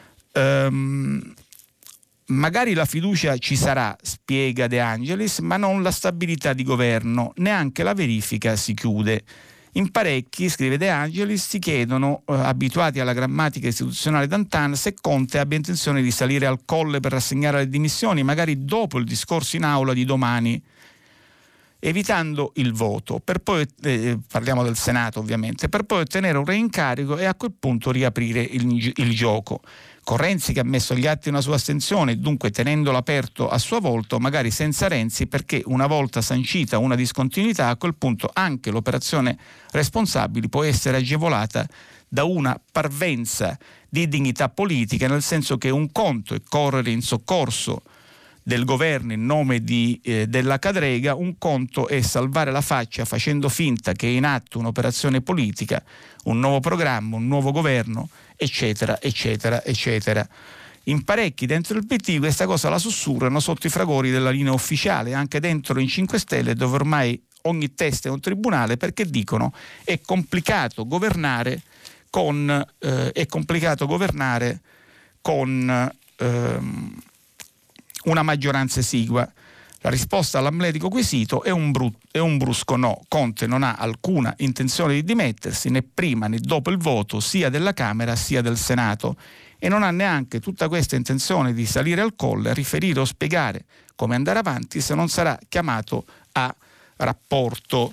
Um, Magari la fiducia ci sarà, spiega De Angelis, ma non la stabilità di governo, neanche la verifica si chiude. In parecchi, scrive De Angelis, si chiedono, eh, abituati alla grammatica istituzionale d'antan, se Conte abbia intenzione di salire al colle per rassegnare le dimissioni, magari dopo il discorso in aula di domani, evitando il voto, per poi, eh, parliamo del Senato ovviamente, per poi ottenere un reincarico e a quel punto riaprire il, il gioco. Con Renzi che ha messo agli atti una sua astensione, dunque tenendolo aperto a sua volta, magari senza Renzi, perché una volta sancita una discontinuità, a quel punto anche l'operazione responsabili può essere agevolata da una parvenza di dignità politica, nel senso che un conto è correre in soccorso del governo in nome di, eh, della cadrega, un conto è salvare la faccia facendo finta che è in atto un'operazione politica, un nuovo programma, un nuovo governo, eccetera, eccetera, eccetera. In parecchi dentro il P D questa cosa la sussurrano sotto i fragori della linea ufficiale, anche dentro in cinque Stelle, dove ormai ogni testa è un tribunale, perché dicono è complicato governare con eh, è complicato governare con ehm, una maggioranza esigua. La risposta all'amletico quesito è un, bru- è un brusco no. Conte non ha alcuna intenzione di dimettersi né prima né dopo il voto sia della Camera sia del Senato, e non ha neanche tutta questa intenzione di salire al colle a riferire o spiegare come andare avanti se non sarà chiamato a rapporto.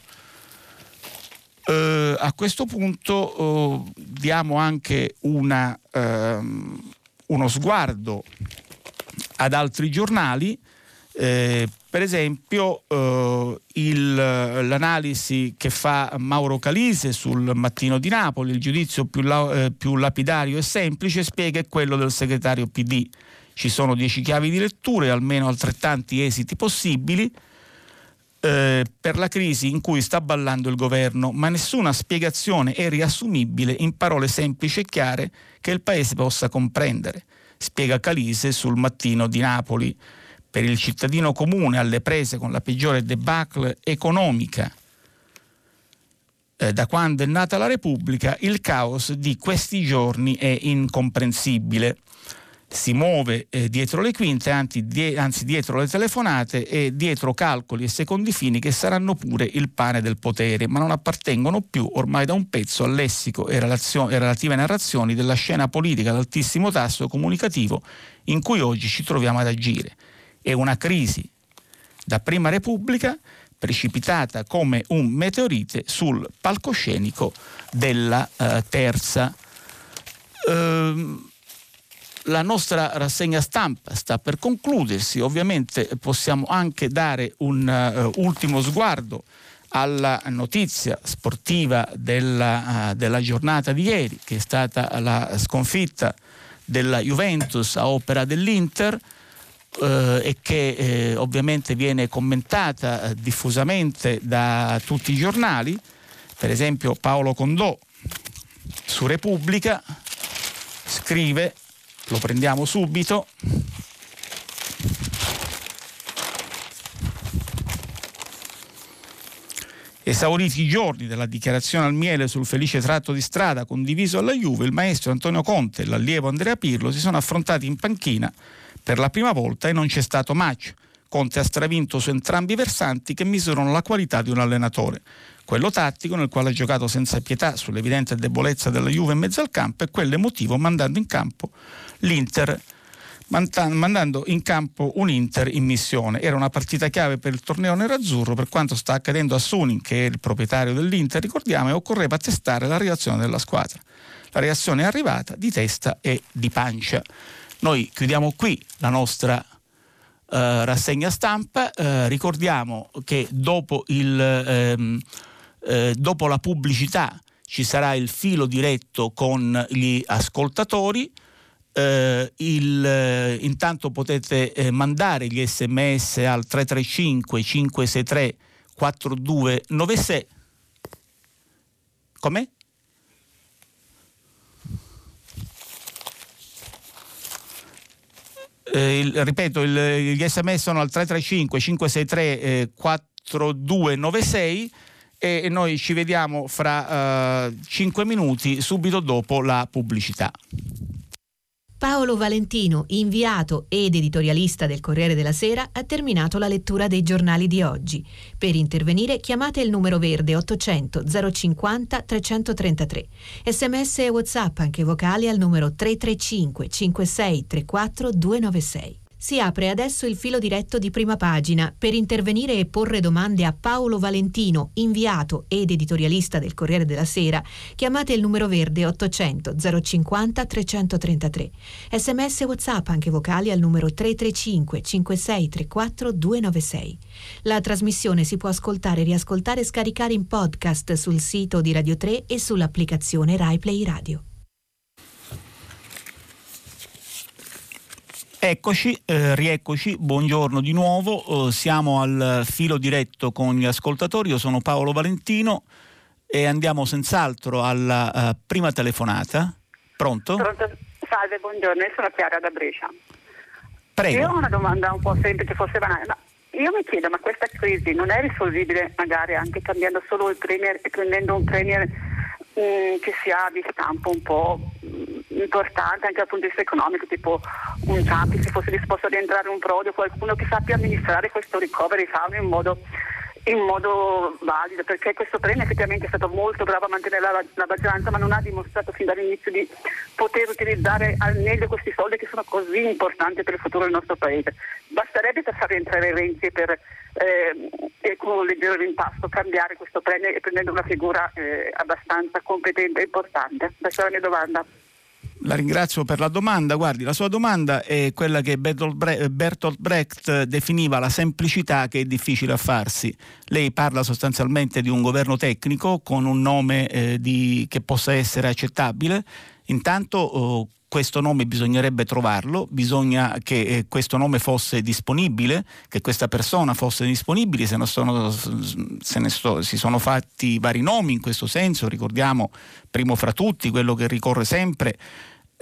Uh, a questo punto uh, diamo anche una, uh, uno sguardo ad altri giornali, eh, per esempio eh, il, l'analisi che fa Mauro Calise sul Mattino di Napoli, il giudizio più, la, eh, più lapidario e semplice, spiega è quello del segretario P D. Ci sono dieci chiavi di lettura e almeno altrettanti esiti possibili eh, per la crisi in cui sta ballando il governo, ma nessuna spiegazione è riassumibile in parole semplici e chiare che il Paese possa comprendere, spiega Calise sul Mattino di Napoli. Per il cittadino comune alle prese con la peggiore debacle economica eh, da quando è nata la Repubblica, il caos di questi giorni è incomprensibile. Si muove eh, dietro le quinte, anzi, die, anzi dietro le telefonate e dietro calcoli e secondi fini che saranno pure il pane del potere, ma non appartengono più ormai da un pezzo al lessico e, relazio- e relative narrazioni della scena politica ad altissimo tasso comunicativo in cui oggi ci troviamo ad agire. È una crisi da Prima Repubblica precipitata come un meteorite sul palcoscenico della uh, terza. Uh, La nostra rassegna stampa sta per concludersi, ovviamente possiamo anche dare un uh, ultimo sguardo alla notizia sportiva della, uh, della giornata di ieri, che è stata la sconfitta della Juventus a opera dell'Inter uh, e che eh, ovviamente viene commentata uh, diffusamente da tutti i giornali. Per esempio Paolo Condò su Repubblica scrive: lo prendiamo subito. Esauriti i giorni della dichiarazione al miele sul felice tratto di strada condiviso alla Juve, il maestro Antonio Conte e l'allievo Andrea Pirlo si sono affrontati in panchina per la prima volta e non c'è stato match. Conte ha stravinto su entrambi i versanti che misurano la qualità di un allenatore. Quello tattico, nel quale ha giocato senza pietà sull'evidente debolezza della Juve in mezzo al campo, e quello emotivo, mandando in campo l'Inter, mandando in campo un Inter in missione. Era una partita chiave per il torneo nerazzurro per quanto sta accadendo a Sunin, che è il proprietario dell'Inter, ricordiamo, e occorreva testare la reazione della squadra. La reazione è arrivata di testa e di pancia. Noi chiudiamo qui la nostra Uh, rassegna stampa. Uh, ricordiamo che dopo, il, ehm, eh, dopo la pubblicità ci sarà il filo diretto con gli ascoltatori. Uh, il, eh, intanto potete eh, mandare gli sms al tre tre cinque cinque sei tre quattro due nove sei. Com'è? Eh, il, ripeto, il, gli sms sono al tre tre cinque cinque sei tre quattro due nove sei e, e noi ci vediamo fra uh, cinque minuti, subito dopo la pubblicità. Paolo Valentino, inviato ed editorialista del Corriere della Sera, ha terminato la lettura dei giornali di oggi. Per intervenire chiamate il numero verde ottocento zero cinquanta trecentotrentatré. Sms e WhatsApp anche vocali al numero tre tre cinque cinque sei tre quattro due nove sei. Si apre adesso il filo diretto di Prima Pagina. Per intervenire e porre domande a Paolo Valentino, inviato ed editorialista del Corriere della Sera, chiamate il numero verde ottocento zero cinquanta trecentotrentatré. Sms e WhatsApp anche vocali al numero tre tre cinque cinque sei tre quattro due nove sei. La trasmissione si può ascoltare, riascoltare e scaricare in podcast sul sito di Radio tre e sull'applicazione Rai Play Radio. Eccoci, eh, rieccoci, buongiorno di nuovo, eh, siamo al filo diretto con gli ascoltatori. Io sono Paolo Valentino e andiamo senz'altro alla uh, prima telefonata. Pronto? Pronto? Salve, buongiorno, io sono Chiara da Brescia. Prego. Io ho una domanda un po' semplice, forse banale, ma io mi chiedo, ma questa crisi non è risolvibile magari anche cambiando solo il premier e prendendo un premier mh, che sia di stampo un po' importante anche dal punto di vista economico, tipo un Ciampi, se fosse disposto ad entrare un Prodi o qualcuno che sappia amministrare questo recovery fund in modo, in modo valido, perché questo premio effettivamente è stato molto bravo a mantenere la, la maggioranza, ma non ha dimostrato fin dall'inizio di poter utilizzare al meglio questi soldi che sono così importanti per il futuro del nostro paese. Basterebbe per far rientrare Renzi e per eh, e con un leggero rimpasto cambiare questo premio e prendere una figura eh, abbastanza competente e importante. Questa è la mia domanda. La ringrazio per la domanda. Guardi, la sua domanda è quella che Bertolt Brecht definiva la semplicità che è difficile a farsi. Lei parla sostanzialmente di un governo tecnico con un nome eh, di, che possa essere accettabile. Intanto oh, questo nome bisognerebbe trovarlo, bisogna che eh, questo nome fosse disponibile, che questa persona fosse disponibile. Se, ne sono, se ne sto, si sono fatti vari nomi in questo senso, ricordiamo primo fra tutti quello che ricorre sempre,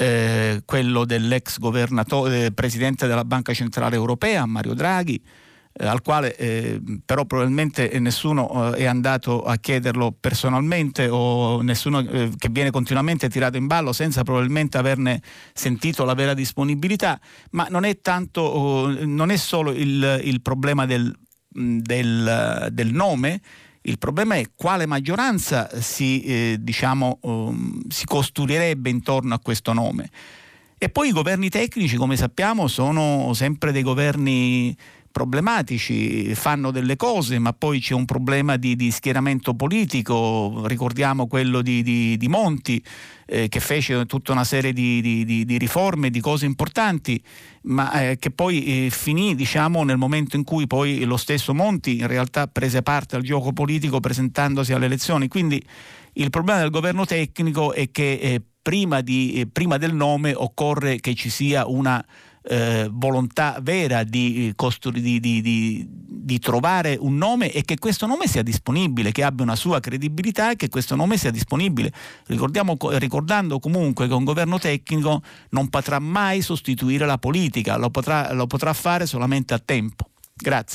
eh, quello dell'ex governatore, presidente della Banca Centrale Europea, Mario Draghi, eh, al quale eh, però probabilmente nessuno eh, è andato a chiederlo personalmente, o nessuno eh, che viene continuamente tirato in ballo senza probabilmente averne sentito la vera disponibilità. Ma non è tanto, oh, non è solo il, il problema del, del, del nome. Il problema è quale maggioranza si, eh, diciamo, um, si costruirebbe intorno a questo nome. E poi i governi tecnici, come sappiamo, sono sempre dei governi problematici, fanno delle cose, ma poi c'è un problema di, di schieramento politico. Ricordiamo quello di, di, di Monti, eh, che fece tutta una serie di, di, di riforme, di cose importanti, ma eh, che poi eh, finì, diciamo, nel momento in cui poi lo stesso Monti in realtà prese parte al gioco politico presentandosi alle elezioni. Quindi il problema del governo tecnico è che eh, prima, di, eh, prima del nome occorre che ci sia una Eh, volontà vera di, costru- di, di, di, di trovare un nome, e che questo nome sia disponibile, che abbia una sua credibilità, e che questo nome sia disponibile. Ricordiamo, ricordando comunque che un governo tecnico non potrà mai sostituire la politica, lo potrà, lo potrà fare solamente a tempo. Grazie.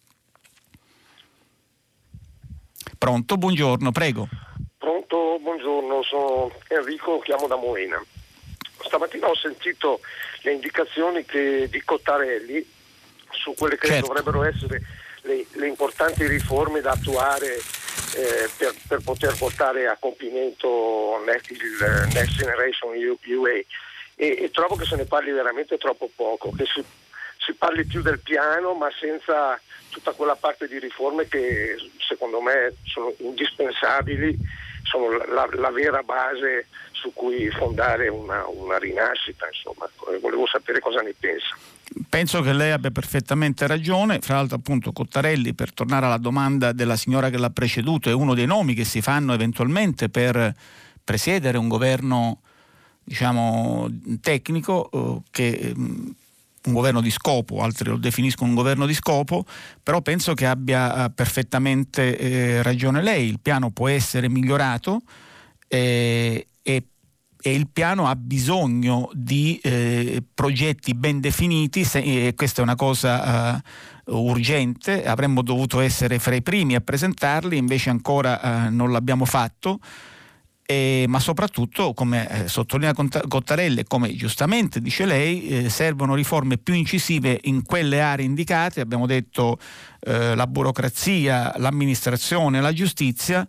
Pronto, buongiorno, prego. Pronto, buongiorno, sono Enrico, chiamo da Moena. Stamattina ho sentito le indicazioni che, di Cottarelli su quelle che certo. dovrebbero essere le, le importanti riforme da attuare eh, per, per poter portare a compimento Next, il Next Generation U A, e, e trovo che se ne parli veramente troppo poco, che si, si parli più del piano ma senza tutta quella parte di riforme che secondo me sono indispensabili, sono la, la vera base su cui fondare una, una rinascita. Insomma, volevo sapere cosa ne pensa. Penso che lei abbia perfettamente ragione. Fra l'altro, appunto, Cottarelli, per tornare alla domanda della signora che l'ha preceduto, è uno dei nomi che si fanno eventualmente per presiedere un governo, diciamo, tecnico, eh, che un governo di scopo, altri lo definiscono un governo di scopo, però penso che abbia perfettamente eh, ragione lei. Il piano può essere migliorato eh, e, e il piano ha bisogno di eh, progetti ben definiti, se, e questa è una cosa eh, urgente. Avremmo dovuto essere fra i primi a presentarli, invece ancora eh, non l'abbiamo fatto. Eh, ma soprattutto, come eh, sottolinea Cottarelli e come giustamente dice lei, eh, servono riforme più incisive in quelle aree indicate. Abbiamo detto eh, la burocrazia, l'amministrazione, la giustizia,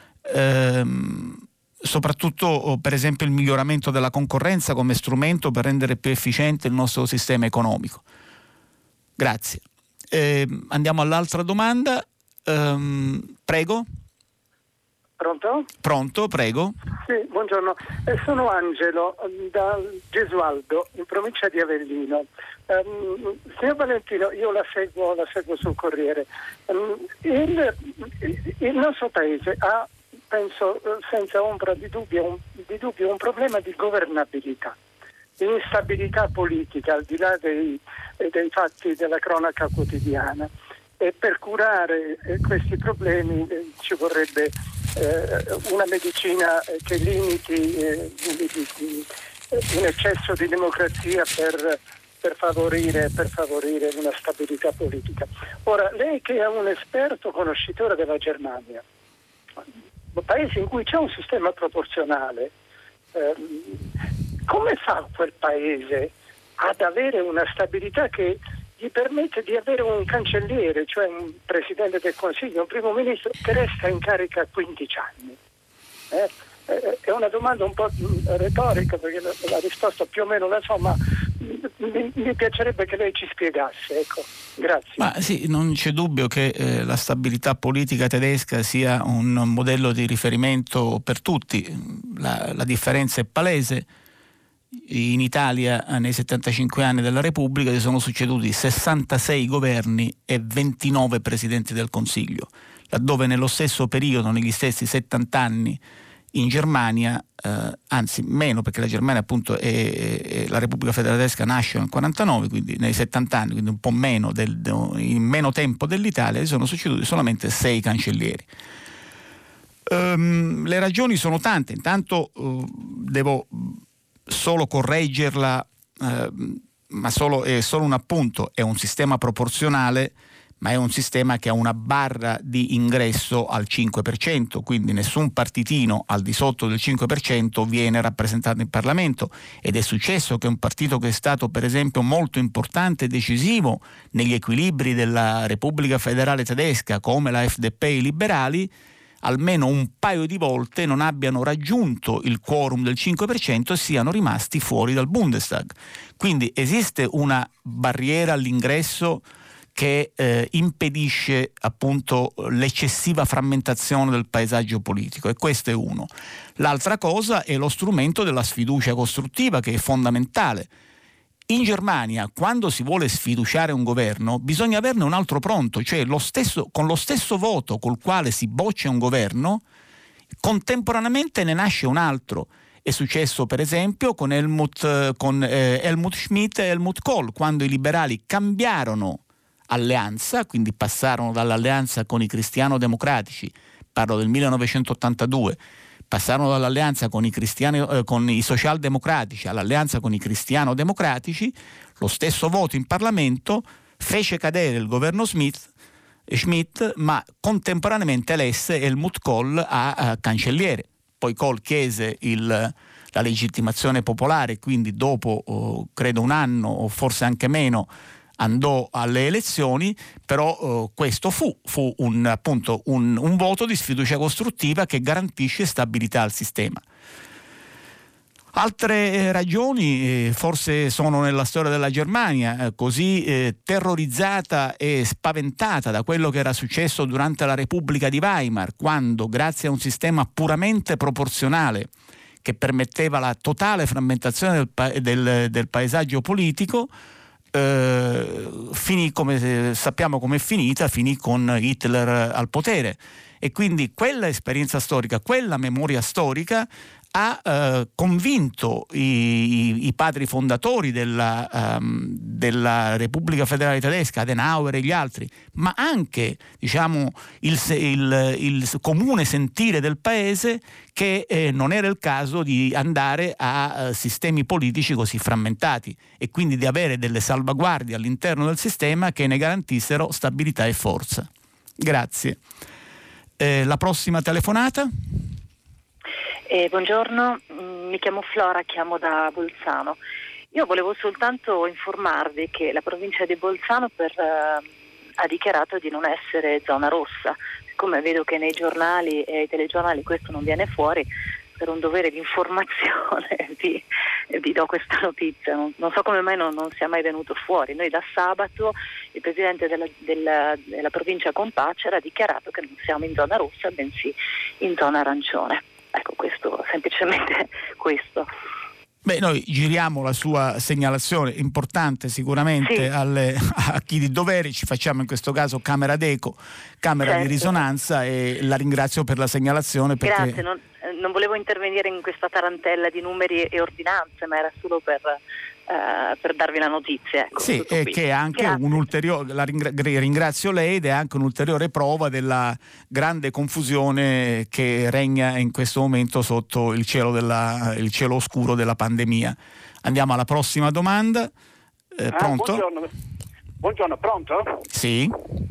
ehm, soprattutto oh, per esempio il miglioramento della concorrenza come strumento per rendere più efficiente il nostro sistema economico. Grazie. Eh, andiamo all'altra domanda. Ehm, prego. Pronto? Pronto, prego. Sì, buongiorno. Eh, sono Angelo da Gesualdo, in provincia di Avellino. Um, signor Valentino, io la seguo, la seguo sul Corriere. Um, il, il nostro paese ha, penso, senza ombra di dubbio, un, di dubbio, un problema di governabilità, di instabilità politica, al di là dei, dei fatti della cronaca quotidiana. E per curare eh, questi problemi eh, ci vorrebbe eh, una medicina che limiti eh, un eccesso di democrazia per, per, favorire, per favorire una stabilità politica. Ora, lei che è un esperto conoscitore della Germania, un paese in cui c'è un sistema proporzionale, eh, come fa quel paese ad avere una stabilità che gli permette di avere un cancelliere, cioè un presidente del Consiglio, un primo ministro che resta in carica quindici anni? Eh? Eh, è una domanda un po' retorica, perché la, la risposta più o meno la so, ma mi, mi piacerebbe che lei ci spiegasse. Ecco. Grazie. Ma sì, non c'è dubbio che eh, la stabilità politica tedesca sia un modello di riferimento per tutti. La, la differenza è palese. In Italia nei settantacinque anni della Repubblica si sono succeduti sessantasei governi e ventinove presidenti del Consiglio, laddove nello stesso periodo, negli stessi settanta anni, in Germania, eh, anzi meno, perché la Germania appunto è, è la Repubblica Federale Tedesca nasce nel quarantanove, quindi nei settanta anni, quindi un po' meno del, in meno tempo dell'Italia, si sono succeduti solamente sei cancellieri. Um, le ragioni sono tante. Intanto uh, devo solo correggerla, eh, ma solo, è solo un appunto, è un sistema proporzionale, ma è un sistema che ha una barra di ingresso al cinque per cento, quindi nessun partitino al di sotto del cinque per cento viene rappresentato in Parlamento, ed è successo che un partito che è stato per esempio molto importante e decisivo negli equilibri della Repubblica Federale Tedesca, come la F D P e i liberali, almeno un paio di volte non abbiano raggiunto il quorum del cinque per cento e siano rimasti fuori dal Bundestag. Quindi esiste una barriera all'ingresso che eh, impedisce appunto l'eccessiva frammentazione del paesaggio politico, e questo è uno. L'altra cosa è lo strumento della sfiducia costruttiva, che è fondamentale. In Germania, quando si vuole sfiduciare un governo, bisogna averne un altro pronto, cioè lo stesso, con lo stesso voto col quale si boccia un governo, contemporaneamente ne nasce un altro. È successo per esempio con Helmut, con, eh, Helmut Schmidt e Helmut Kohl, quando i liberali cambiarono alleanza, quindi passarono dall'alleanza con i cristiano-democratici, parlo del millenovecentottantadue, passarono dall'alleanza con i, cristiani, eh, con i socialdemocratici all'alleanza con i cristiano-democratici. Lo stesso voto in Parlamento fece cadere il governo Smith, Schmidt, ma contemporaneamente elesse Helmut Kohl a, a cancelliere. Poi Kohl chiese il, la legittimazione popolare, quindi dopo oh, credo un anno o forse anche meno andò alle elezioni, però eh, questo fu, fu un, appunto un, un voto di sfiducia costruttiva che garantisce stabilità al sistema. Altre eh, ragioni eh, forse sono nella storia della Germania, eh, così eh, terrorizzata e spaventata da quello che era successo durante la Repubblica di Weimar, quando grazie a un sistema puramente proporzionale che permetteva la totale frammentazione del, pa- del, del paesaggio politico, Uh, finì come sappiamo com'è finita, finì con Hitler al potere, e quindi quella esperienza storica, quella memoria storica ha uh, convinto i, i, i padri fondatori della, um, della Repubblica Federale Tedesca, Adenauer e gli altri, ma anche diciamo il, il, il comune sentire del paese, che eh, non era il caso di andare a uh, sistemi politici così frammentati, e quindi di avere delle salvaguardie all'interno del sistema che ne garantissero stabilità e forza. Grazie. Eh, la prossima telefonata? Eh, buongiorno, mi chiamo Flora, chiamo da Bolzano. Io volevo soltanto informarvi che la provincia di Bolzano per, eh, ha dichiarato di non essere zona rossa. Siccome vedo che nei giornali e ai telegiornali questo non viene fuori, per un dovere di informazione vi, vi do questa notizia. Non, non so come mai non, non sia mai venuto fuori. Noi da sabato il presidente della, della, della provincia Compacera ha dichiarato che non siamo in zona rossa, bensì in zona arancione. Ecco, questo, semplicemente questo. Beh, noi giriamo la sua segnalazione, importante sicuramente, sì, alle, a chi di doveri, ci facciamo in questo caso camera d'eco, camera certo. di risonanza, e la ringrazio per la segnalazione. Perché... Grazie, non, non volevo intervenire in questa tarantella di numeri e ordinanze, ma era solo per... Uh, per darvi la notizia. Ecco, sì, e che è anche Grazie. un ulteriore, la ringra- ringrazio lei, ed è anche un'ulteriore prova della grande confusione che regna in questo momento sotto il cielo, della, il cielo oscuro della pandemia. Andiamo alla prossima domanda. Eh, ah, pronto? Buongiorno. buongiorno, pronto? Sì.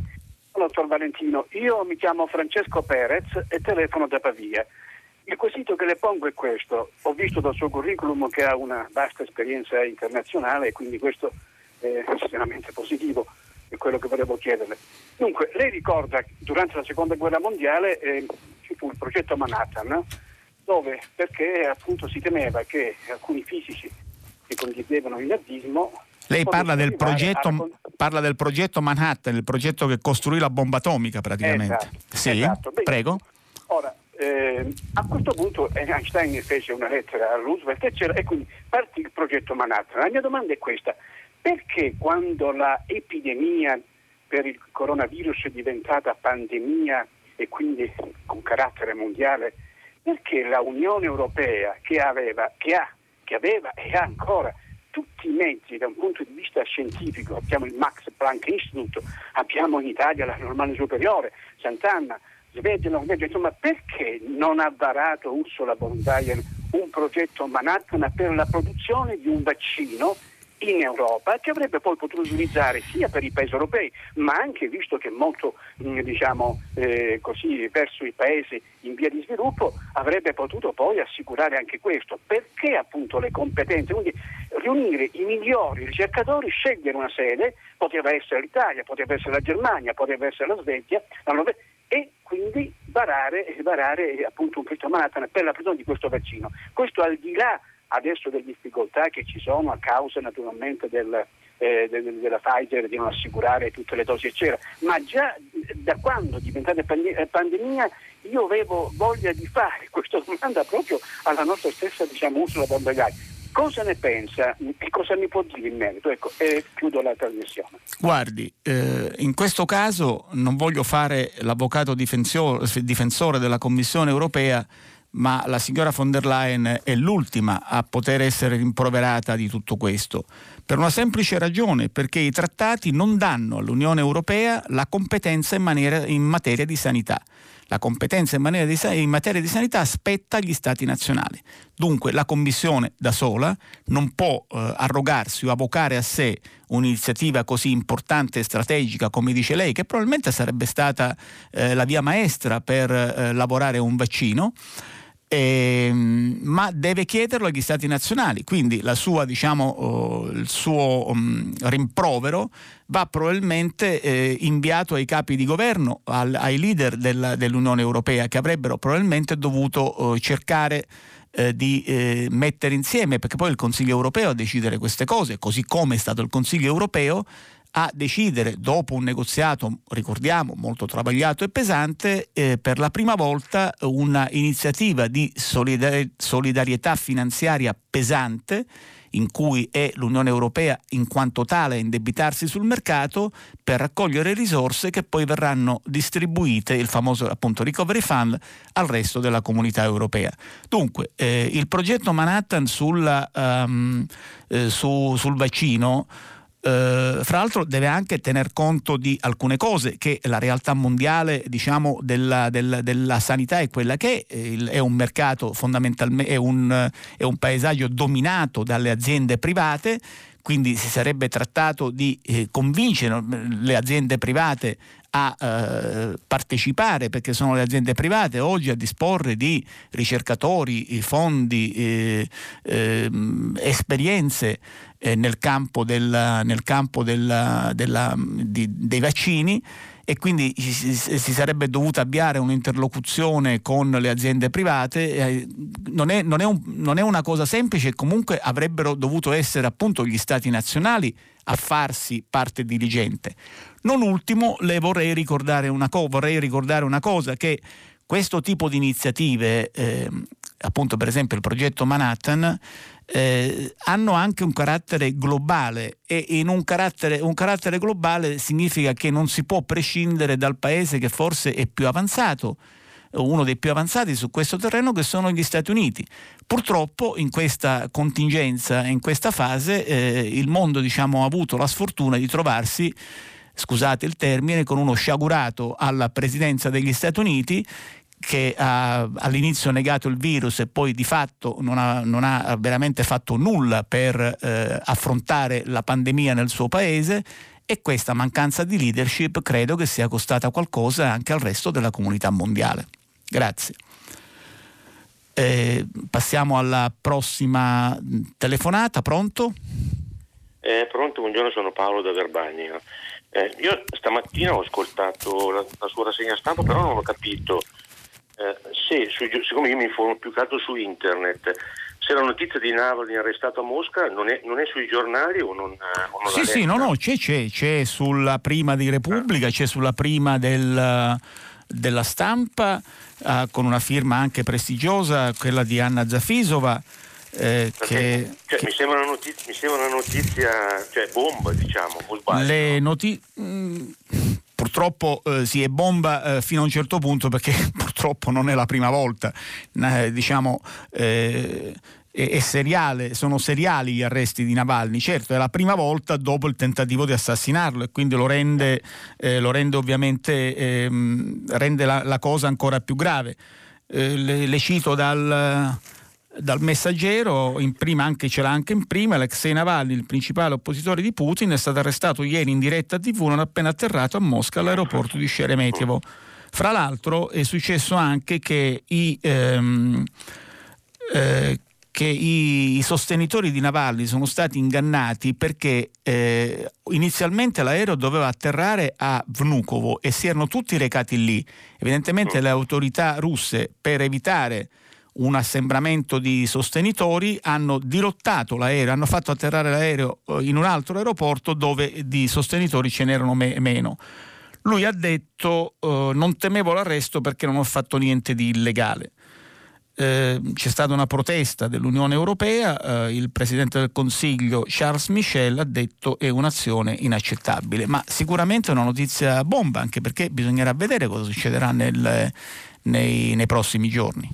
Dottor Valentino, io mi chiamo Francesco Perez e telefono da Pavia. Il quesito che le pongo è questo: ho visto dal suo curriculum che ha una vasta esperienza internazionale, e quindi questo è estremamente positivo, è quello che volevo chiederle. Dunque, lei ricorda durante la seconda guerra mondiale eh, ci fu il progetto Manhattan, dove, perché appunto si temeva che alcuni fisici che condividevano il nazismo... Lei parla del progetto a... parla del progetto Manhattan, il progetto che costruì la bomba atomica praticamente. Esatto, sì, esatto. Beh, prego. Ora, Eh, a questo punto Einstein fece una lettera a Roosevelt, eccetera, e quindi partì il progetto Manhattan. La mia domanda è questa: perché quando la epidemia per il coronavirus è diventata pandemia e quindi con carattere mondiale, perché la Unione Europea, che aveva, che ha, che aveva e ha ancora tutti i mezzi da un punto di vista scientifico, abbiamo il Max Planck Institute, abbiamo in Italia la Normale Superiore, Sant'Anna, insomma, perché non ha varato Ursula von der Leyen un progetto Manhattan per la produzione di un vaccino in Europa, che avrebbe poi potuto utilizzare sia per i paesi europei, ma anche, visto che molto diciamo eh, così verso i paesi in via di sviluppo, avrebbe potuto poi assicurare anche questo. Perché appunto le competenze, quindi riunire i migliori ricercatori, scegliere una sede, poteva essere l'Italia, poteva essere la Germania, poteva essere la Svezia, la Norvegia, e quindi varare, varare appunto un progetto Manhattan per la produzione di questo vaccino. Questo al di là adesso delle difficoltà che ci sono a causa naturalmente del, eh, de, della Pfizer di non assicurare tutte le dosi eccetera, ma già da quando è diventata pandemia io avevo voglia di fare questa domanda proprio alla nostra stessa diciamo Ursula von der Leyen. Cosa ne pensa e cosa mi può dire in merito? Ecco, e chiudo la trasmissione. Guardi, eh, in questo caso non voglio fare l'avvocato difensore, difensore della Commissione europea, ma la signora von der Leyen è l'ultima a poter essere rimproverata di tutto questo, per una semplice ragione, perché i trattati non danno all'Unione Europea la competenza in, maniera, in materia di sanità. La competenza in, di, in materia di sanità spetta agli Stati nazionali. Dunque la Commissione da sola non può eh, arrogarsi o avvocare a sé un'iniziativa così importante e strategica come dice lei, che probabilmente sarebbe stata eh, la via maestra per eh, lavorare un vaccino. Eh, ma deve chiederlo agli Stati nazionali, quindi la sua, diciamo, oh, il suo um, rimprovero va probabilmente eh, inviato ai capi di governo, al, ai leader del, dell'Unione Europea, che avrebbero probabilmente dovuto oh, cercare eh, di eh, mettere insieme, perché poi il Consiglio Europeo a decidere queste cose, così come è stato il Consiglio Europeo a decidere, dopo un negoziato, ricordiamo, molto travagliato e pesante, eh, per la prima volta una iniziativa di solidar- solidarietà finanziaria pesante, in cui è l'Unione Europea in quanto tale a indebitarsi sul mercato per raccogliere risorse che poi verranno distribuite, il famoso appunto Recovery Fund, al resto della comunità europea. Dunque eh, il progetto Manhattan sulla, um, eh, su, sul vaccino Uh, fra l'altro deve anche tener conto di alcune cose, che la realtà mondiale, diciamo, della, della, della sanità è quella che è, il, è un mercato fondamentalmente, è un, è un paesaggio dominato dalle aziende private, quindi si sarebbe trattato di eh, convincere le aziende private a eh, partecipare, perché sono le aziende private oggi a disporre di ricercatori, fondi, eh, eh, esperienze eh, nel campo, del, nel campo della, della, di, dei vaccini, e quindi si, si sarebbe dovuta avviare un'interlocuzione con le aziende private. Eh, non, è, non, è un, non è una cosa semplice, comunque avrebbero dovuto essere appunto gli Stati nazionali a farsi parte diligente. Non ultimo, le vorrei ricordare una, co- vorrei ricordare una cosa, che questo tipo di iniziative, eh, appunto per esempio il progetto Manhattan, eh, hanno anche un carattere globale, e in un carattere, un carattere globale significa che non si può prescindere dal paese che forse è più avanzato, uno dei più avanzati su questo terreno, che sono gli Stati Uniti. Purtroppo in questa contingenza, in questa fase, eh, il mondo, diciamo, ha avuto la sfortuna di trovarsi, scusate il termine, con uno sciagurato alla presidenza degli Stati Uniti, che ha all'inizio negato il virus e poi di fatto non ha, non ha veramente fatto nulla per eh, affrontare la pandemia nel suo paese, e questa mancanza di leadership credo che sia costata qualcosa anche al resto della comunità mondiale. Grazie. Eh, passiamo alla prossima telefonata. Pronto? Eh, pronto, buongiorno, sono Paolo da Verbania. Eh, io stamattina ho ascoltato la, la sua rassegna stampa, però non ho capito eh, se, su, siccome io mi informo più che altro su internet, se la notizia di Navalny arrestato a Mosca non è, non è sui giornali o non, o non Sì, sì, no, no, c'è, c'è, c'è sulla prima di Repubblica, ah. c'è sulla prima del, della Stampa, eh, con una firma anche prestigiosa, quella di Anna Zafisova. Eh, che, cioè, che mi sembra una notizia, mi sembra una notizia, cioè bomba, diciamo, o sbaglio, le no? noti- mh, purtroppo eh, sì, è bomba eh, fino a un certo punto, perché purtroppo non è la prima volta, eh, diciamo eh, è, è seriale, sono seriali gli arresti di Navalny. Certo, è la prima volta dopo il tentativo di assassinarlo, e quindi lo rende, eh, lo rende ovviamente ehm, rende la, la cosa ancora più grave. Eh, le, le cito dal dal Messaggero, in prima anche ce l'ha anche in prima, Alexei Navalny, il principale oppositore di Putin, è stato arrestato ieri in diretta tivù non appena atterrato a Mosca all'aeroporto di Sheremetyevo. Fra l'altro è successo anche che i ehm, eh, che i, i sostenitori di Navalny sono stati ingannati perché eh, inizialmente l'aereo doveva atterrare a Vnukovo e si erano tutti recati lì. Evidentemente le autorità russe, per evitare un assembramento di sostenitori, hanno dirottato l'aereo, hanno fatto atterrare l'aereo in un altro aeroporto dove di sostenitori ce n'erano me- meno. Lui ha detto eh, non temevo l'arresto perché non ho fatto niente di illegale. Eh, c'è stata una protesta dell'Unione Europea, eh, il Presidente del Consiglio Charles Michel ha detto è un'azione inaccettabile, ma sicuramente è una notizia bomba, anche perché bisognerà vedere cosa succederà nel, nei, nei prossimi giorni.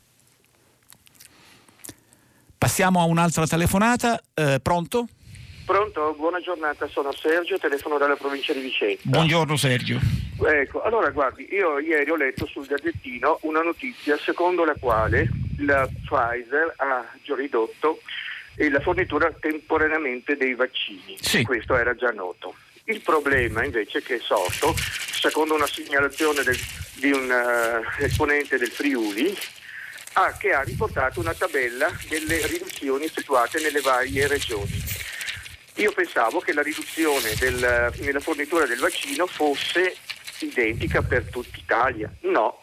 Passiamo a un'altra telefonata. Eh, pronto? Pronto, buona giornata, sono Sergio, telefono dalla provincia di Vicenza. Buongiorno Sergio. Ecco, allora guardi, io ieri ho letto sul Gazzettino una notizia secondo la quale la Pfizer ha già ridotto la fornitura temporaneamente dei vaccini. Sì. Questo era già noto. Il problema invece è che sotto, secondo una segnalazione del, di un uh, esponente del Friuli, ha, che ha riportato una tabella delle riduzioni effettuate nelle varie regioni. Io pensavo che la riduzione del, nella fornitura del vaccino fosse identica per tutta Italia. No.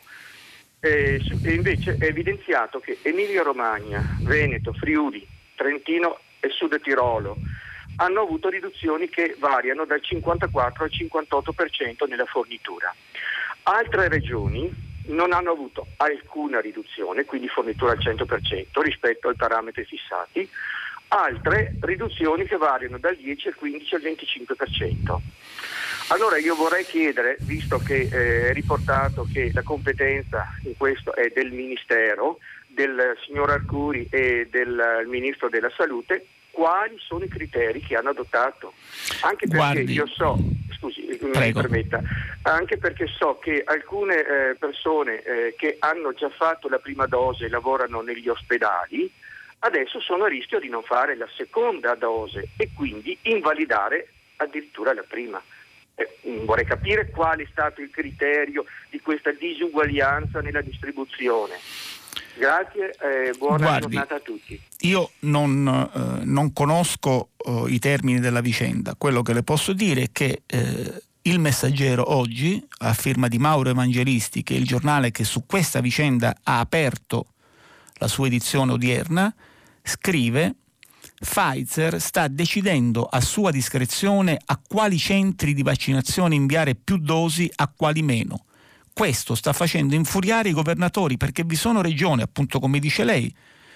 E, e invece è evidenziato che Emilia-Romagna, Veneto, Friuli, Trentino e Sud Tirolo hanno avuto riduzioni che variano dal cinquantaquattro al cinquantotto per cento nella fornitura. Altre regioni non hanno avuto alcuna riduzione, quindi fornitura al cento per cento rispetto ai parametri fissati. Altre riduzioni che variano dal dieci al quindici al venticinque per cento. Allora io vorrei chiedere, visto che eh, è riportato che la competenza in questo è del Ministero, del signor Arcuri e del Ministro della Salute, quali sono i criteri che hanno adottato? Anche perché Guardi. io so, scusi, Prego. mi permetta, anche perché so che alcune eh, persone eh, che hanno già fatto la prima dose e lavorano negli ospedali, adesso sono a rischio di non fare la seconda dose e quindi invalidare addirittura la prima. Eh, vorrei capire qual è stato il criterio di questa disuguaglianza nella distribuzione. Grazie e eh, buona Guardi, giornata a tutti. Io non, eh, non conosco eh, i termini della vicenda. Quello che le posso dire è che eh, il Messaggero oggi, a firma di Mauro Evangelisti, che è il giornale che su questa vicenda ha aperto la sua edizione odierna, scrive: Pfizer sta decidendo a sua discrezione a quali centri di vaccinazione inviare più dosi, a quali meno. Questo sta facendo infuriare i governatori, perché vi sono regioni, appunto come dice lei,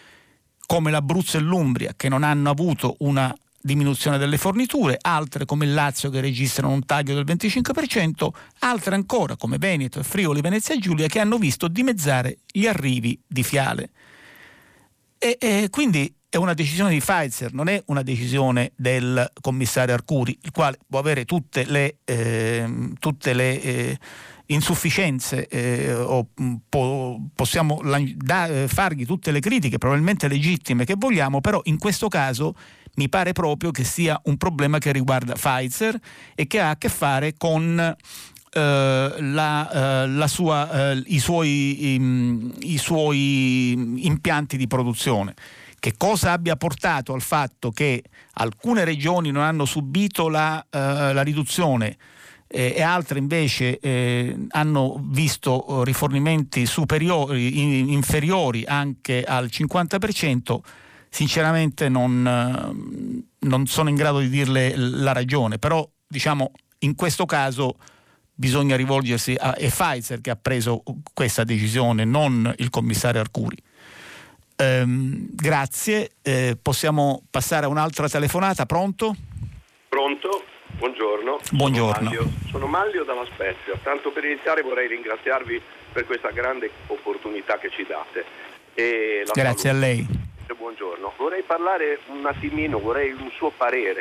come l'Abruzzo e l'Umbria, che non hanno avuto una diminuzione delle forniture, altre come il Lazio che registrano un taglio del venticinque per cento, altre ancora come Veneto e Friuli Venezia Giulia che hanno visto dimezzare gli arrivi di fiale. E, e quindi è una decisione di Pfizer, non è una decisione del commissario Arcuri, il quale può avere tutte le, eh, tutte le eh, insufficienze eh, o po- possiamo da, fargli tutte le critiche probabilmente legittime che vogliamo, però in questo caso mi pare proprio che sia un problema che riguarda Pfizer e che ha a che fare con Uh, la, uh, la sua, uh, i, suoi, um, i suoi impianti di produzione. Che cosa abbia portato al fatto che alcune regioni non hanno subito la, uh, la riduzione eh, e altre invece eh, hanno visto uh, rifornimenti superiori, in, inferiori anche al cinquanta per cento, sinceramente non, uh, non sono in grado di dirle la ragione, però diciamo in questo caso bisogna rivolgersi a è Pfizer che ha preso questa decisione, non il commissario Arcuri. Ehm, grazie, eh, possiamo passare a un'altra telefonata. Pronto? Pronto? Buongiorno. Buongiorno. Sono Maglio, sono Maglio dalla Spezia. Tanto per iniziare vorrei ringraziarvi per questa grande opportunità che ci date. E la Grazie saluto. a lei. Buongiorno. Vorrei parlare un attimino, vorrei un suo parere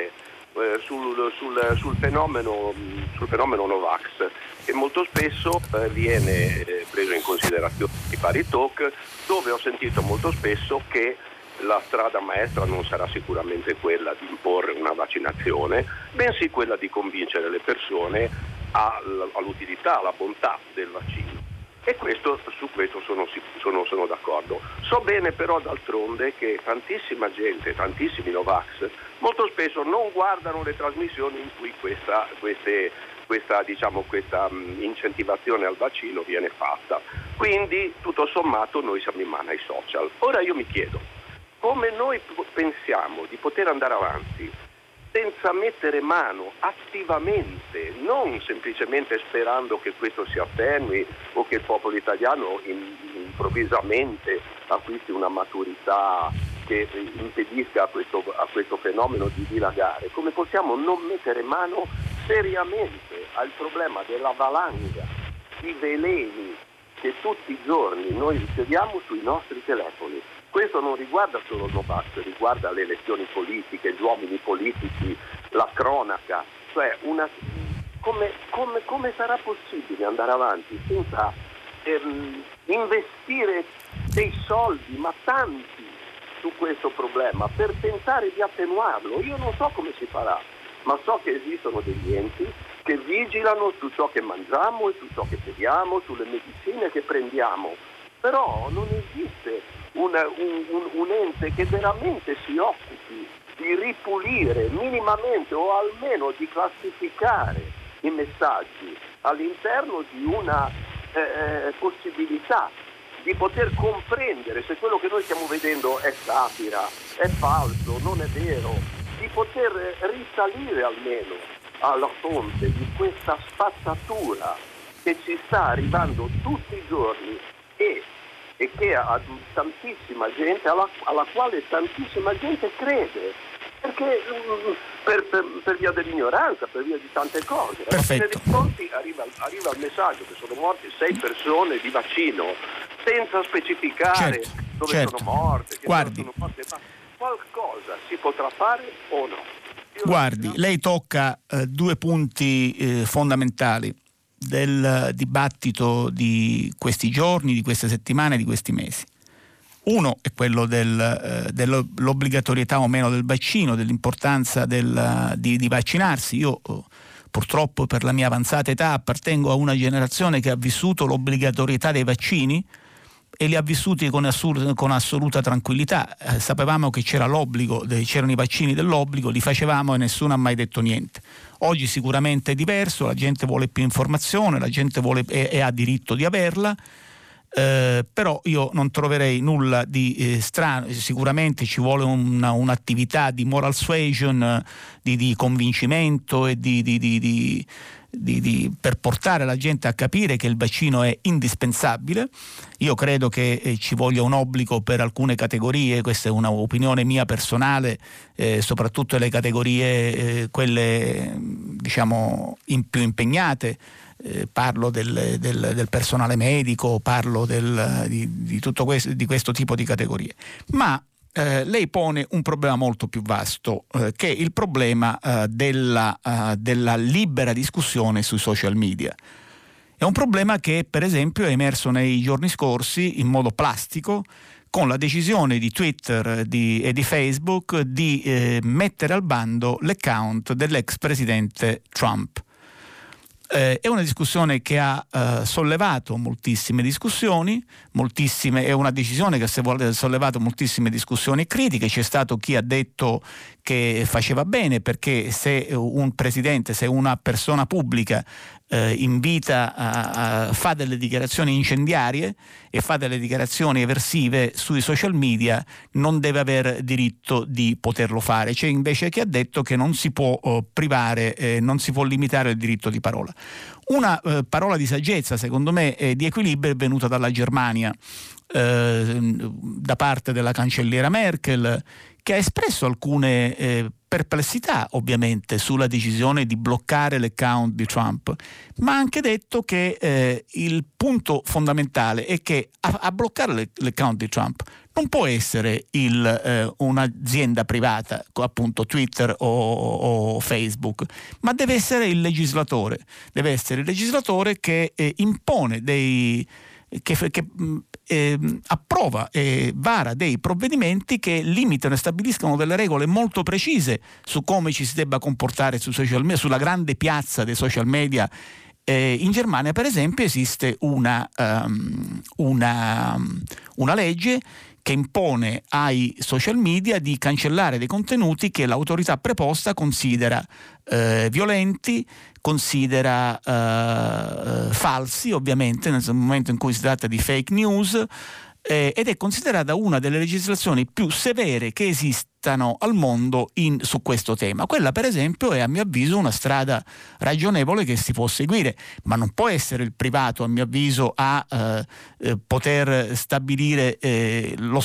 eh, sul, sul, sul, fenomeno, sul fenomeno Novax, che molto spesso eh, viene eh, preso in considerazione nei vari talk, dove ho sentito molto spesso che la strada maestra non sarà sicuramente quella di imporre una vaccinazione, bensì quella di convincere le persone all'utilità, alla bontà del vaccino. E questo, su questo sono, sono, sono d'accordo. So bene però d'altronde che tantissima gente, tantissimi Novax, molto spesso non guardano le trasmissioni in cui questa, queste, questa, diciamo, questa mh, incentivazione al vaccino viene fatta. Quindi tutto sommato noi siamo in mano ai social. Ora io mi chiedo, come noi pensiamo di poter andare avanti senza mettere mano attivamente, non semplicemente sperando che questo si attenui o che il popolo italiano in, improvvisamente acquisti una maturità che impedisca a questo, a questo fenomeno di dilagare? Come possiamo non mettere mano seriamente al problema della valanga di veleni che tutti i giorni noi riceviamo sui nostri telefoni? Questo non riguarda solo il Novax, riguarda le elezioni politiche, gli uomini politici, la cronaca, cioè una, come, come, come sarà possibile andare avanti senza ehm, investire dei soldi, ma tanti, su questo problema per tentare di attenuarlo? Io non so come si farà, ma so che esistono degli enti che vigilano su ciò che mangiamo e su ciò che beviamo, sulle medicine che prendiamo, però non esiste Una, un, un, un ente che veramente si occupi di ripulire minimamente o almeno di classificare i messaggi all'interno di una eh, possibilità di poter comprendere se quello che noi stiamo vedendo è satira, è falso, non è vero, di poter risalire almeno alla fonte di questa spazzatura che ci sta arrivando tutti i giorni e e che ha tantissima gente, alla, alla quale tantissima gente crede, perché per, per, per via dell'ignoranza, per via di tante cose. Alla fine dei conti arriva, arriva il messaggio che sono morte sei persone di vaccino, senza specificare certo, dove certo. sono morte, che Guardi, sono morte, ma qualcosa si potrà fare o no? Io guardi, no. lei tocca eh, due punti eh, fondamentali del dibattito di questi giorni, di queste settimane, di questi mesi. Uno è quello del, eh, dell'obbligatorietà o meno del vaccino, dell'importanza del, di, di vaccinarsi. Io eh, purtroppo per la mia avanzata età appartengo a una generazione che ha vissuto l'obbligatorietà dei vaccini e li ha vissuti con, assur- con assoluta tranquillità. Eh, sapevamo che c'era l'obbligo, c'erano i vaccini dell'obbligo, li facevamo e nessuno ha mai detto niente. Oggi sicuramente è diverso, la gente vuole più informazione, la gente vuole e, e ha diritto di averla, eh, però io non troverei nulla di eh, strano. Sicuramente ci vuole una, un'attività di moral suasion, di, di convincimento e di, di, di, di Di, di, per portare la gente a capire che il vaccino è indispensabile. Io credo che eh, ci voglia un obbligo per alcune categorie, questa è una opinione mia personale, eh, soprattutto le categorie eh, quelle diciamo in, più impegnate, eh, parlo del, del, del personale medico, parlo del, di, di tutto questo, di questo tipo di categorie, ma Eh, lei pone un problema molto più vasto, eh, che è il problema eh, della, eh, della libera discussione sui social media. È un problema che per esempio è emerso nei giorni scorsi in modo plastico con la decisione di Twitter di, e di Facebook di eh, mettere al bando l'account dell'ex presidente Trump. Eh, è una discussione che ha eh, sollevato moltissime discussioni, moltissime, è una decisione che ha sollevato moltissime discussioni critiche. C'è stato chi ha detto che faceva bene perché se un presidente, se una persona pubblica eh, invita a, a fa delle dichiarazioni incendiarie e fa delle dichiarazioni eversive sui social media, non deve aver diritto di poterlo fare. C'è invece chi ha detto che non si può eh, privare, eh, non si può limitare il diritto di parola. Una eh, parola di saggezza, secondo me, e di equilibrio è venuta dalla Germania, eh, da parte della cancelliera Merkel, che ha espresso alcune eh, perplessità ovviamente sulla decisione di bloccare l'account di Trump, ma ha anche detto che eh, il punto fondamentale è che a, a bloccare l'account di Trump non può essere il, eh, un'azienda privata, appunto Twitter o, o Facebook, ma deve essere il legislatore, deve essere il legislatore che eh, impone dei che, che eh, approva e vara dei provvedimenti che limitano e stabiliscono delle regole molto precise su come ci si debba comportare su social media, sulla grande piazza dei social media. Eh, in Germania, per esempio, esiste una, um, una, una legge che impone ai social media di cancellare dei contenuti che l'autorità preposta considera eh, violenti, considera eh, falsi, ovviamente nel momento in cui si tratta di fake news, eh, ed è considerata una delle legislazioni più severe che esistano al mondo in, su questo tema. Quella, per esempio, è a mio avviso una strada ragionevole che si può seguire, ma non può essere il privato, a mio avviso, a eh, poter stabilire eh, lo,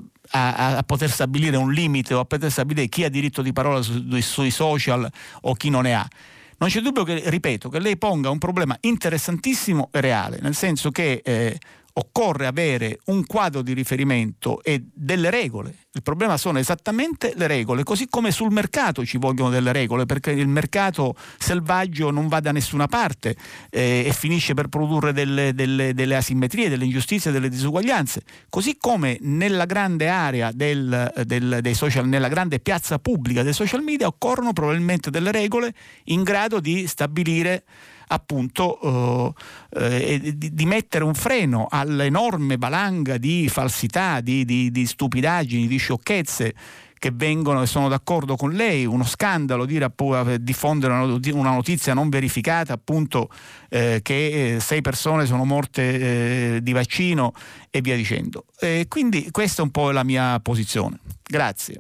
a, a poter stabilire un limite o a poter stabilire chi ha diritto di parola su, sui social o chi non ne ha. Non c'è dubbio che, ripeto, che lei ponga un problema interessantissimo e reale, nel senso che eh, occorre avere un quadro di riferimento e delle regole. Il problema sono esattamente le regole, così come sul mercato ci vogliono delle regole, perché il mercato selvaggio non va da nessuna parte eh, e finisce per produrre delle, delle, delle asimmetrie, delle ingiustizie, delle disuguaglianze. Così come nella grande area del, del, dei social, nella grande piazza pubblica dei social media occorrono probabilmente delle regole in grado di stabilire appunto eh, eh, di, di mettere un freno all'enorme valanga di falsità, di, di, di stupidaggini, di sciocchezze che vengono, e sono d'accordo con lei, uno scandalo dire, diffondere una notizia non verificata, appunto eh, che sei persone sono morte eh, di vaccino e via dicendo. E quindi questa è un po' la mia posizione. Grazie.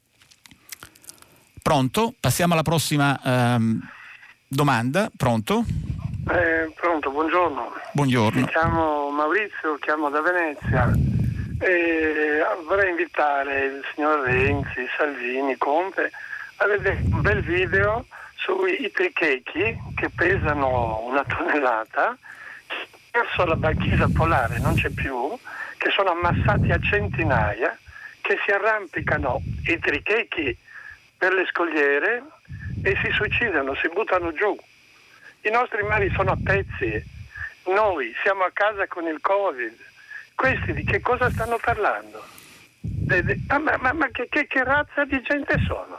Pronto? Passiamo alla prossima ehm, domanda. Pronto? Eh, pronto, buongiorno. Buongiorno. Mi chiamo Maurizio, chiamo da Venezia. E vorrei invitare il signor Renzi, Salvini, Conte a vedere un bel video sui trichechi che pesano una tonnellata, verso la banchisa polare non c'è più, che sono ammassati a centinaia, che si arrampicano i trichechi per le scogliere e si suicidano, si buttano giù. I nostri mari sono a pezzi, noi siamo a casa con il Covid. Questi di che cosa stanno parlando? De, de, ma ma, ma che, che, che razza di gente sono?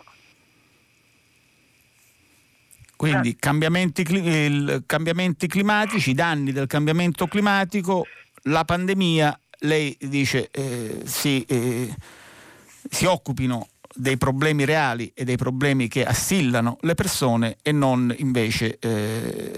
Quindi ah. cambiamenti, il, cambiamenti climatici, danni del cambiamento climatico, la pandemia, lei dice eh, si, eh, si occupino dei problemi reali e dei problemi che assillano le persone e non invece eh,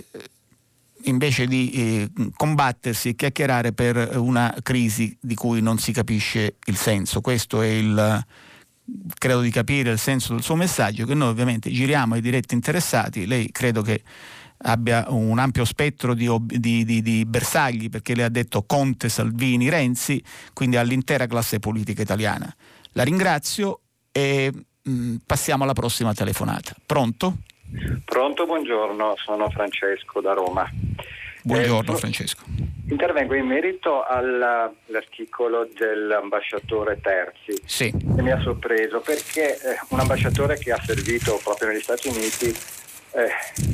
invece di eh, combattersi e chiacchierare per una crisi di cui non si capisce il senso. Questo è il, credo di capire il senso del suo messaggio, che noi ovviamente giriamo ai diretti interessati. Lei credo che abbia un ampio spettro di, di, di, di bersagli, perché le ha detto Conte, Salvini, Renzi, quindi all'intera classe politica italiana. La ringrazio e mh, passiamo alla prossima telefonata. Pronto? Pronto, buongiorno, sono Francesco da Roma. Buongiorno eh, Francesco. Intervengo in merito all'articolo dell'ambasciatore Terzi, sì. che mi ha sorpreso perché eh, un ambasciatore che ha servito proprio negli Stati Uniti eh,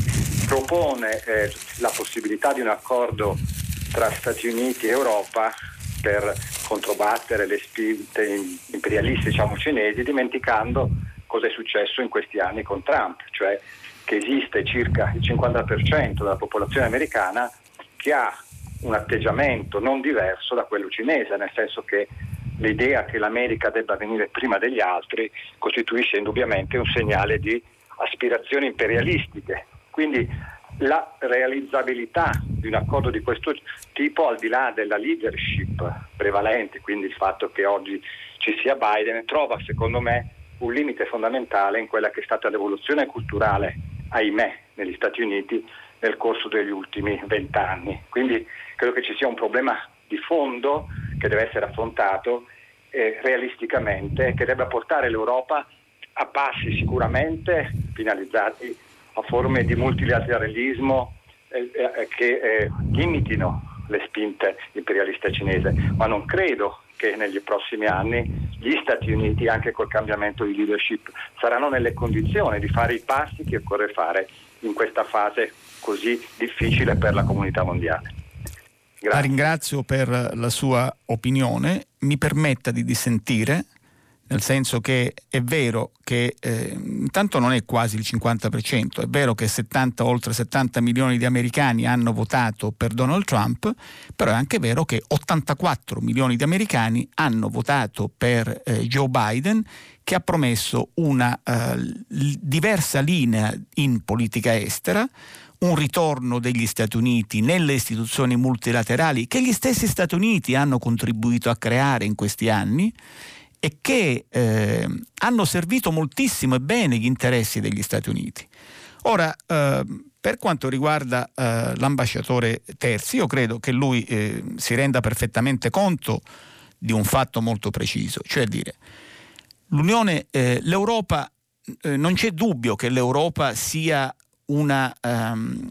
propone eh, la possibilità di un accordo tra Stati Uniti e Europa per controbattere le spinte imperialiste, diciamo, cinesi, dimenticando cosa è successo in questi anni con Trump, cioè che esiste circa il cinquanta per cento della popolazione americana che ha un atteggiamento non diverso da quello cinese, nel senso che l'idea che l'America debba venire prima degli altri costituisce indubbiamente un segnale di aspirazioni imperialistiche. Quindi la realizzabilità di un accordo di questo tipo, al di là della leadership prevalente, quindi il fatto che oggi ci sia Biden, trova secondo me un limite fondamentale in quella che è stata l'evoluzione culturale, ahimè, negli Stati Uniti nel corso degli ultimi vent'anni. Quindi credo che ci sia un problema di fondo che deve essere affrontato eh, realisticamente, che debba portare l'Europa a passi sicuramente finalizzati a forme di multilateralismo eh, eh, che eh, limitino le spinte imperialiste cinese, ma non credo che negli prossimi anni gli Stati Uniti, anche col cambiamento di leadership, saranno nelle condizioni di fare i passi che occorre fare in questa fase così difficile per la comunità mondiale. Grazie. La ringrazio per la sua opinione. Mi permetta di dissentire, nel senso che è vero che eh, intanto non è quasi il cinquanta per cento, è vero che settanta, oltre settanta milioni di americani hanno votato per Donald Trump, però è anche vero che ottantaquattro milioni di americani hanno votato per eh, Joe Biden, che ha promesso una eh, diversa linea in politica estera, un ritorno degli Stati Uniti nelle istituzioni multilaterali che gli stessi Stati Uniti hanno contribuito a creare in questi anni e che eh, hanno servito moltissimo e bene gli interessi degli Stati Uniti. Ora, eh, per quanto riguarda eh, l'ambasciatore Terzi, io credo che lui eh, si renda perfettamente conto di un fatto molto preciso, cioè dire, l'Unione, eh, l'Europa, eh, non c'è dubbio che l'Europa sia una, um,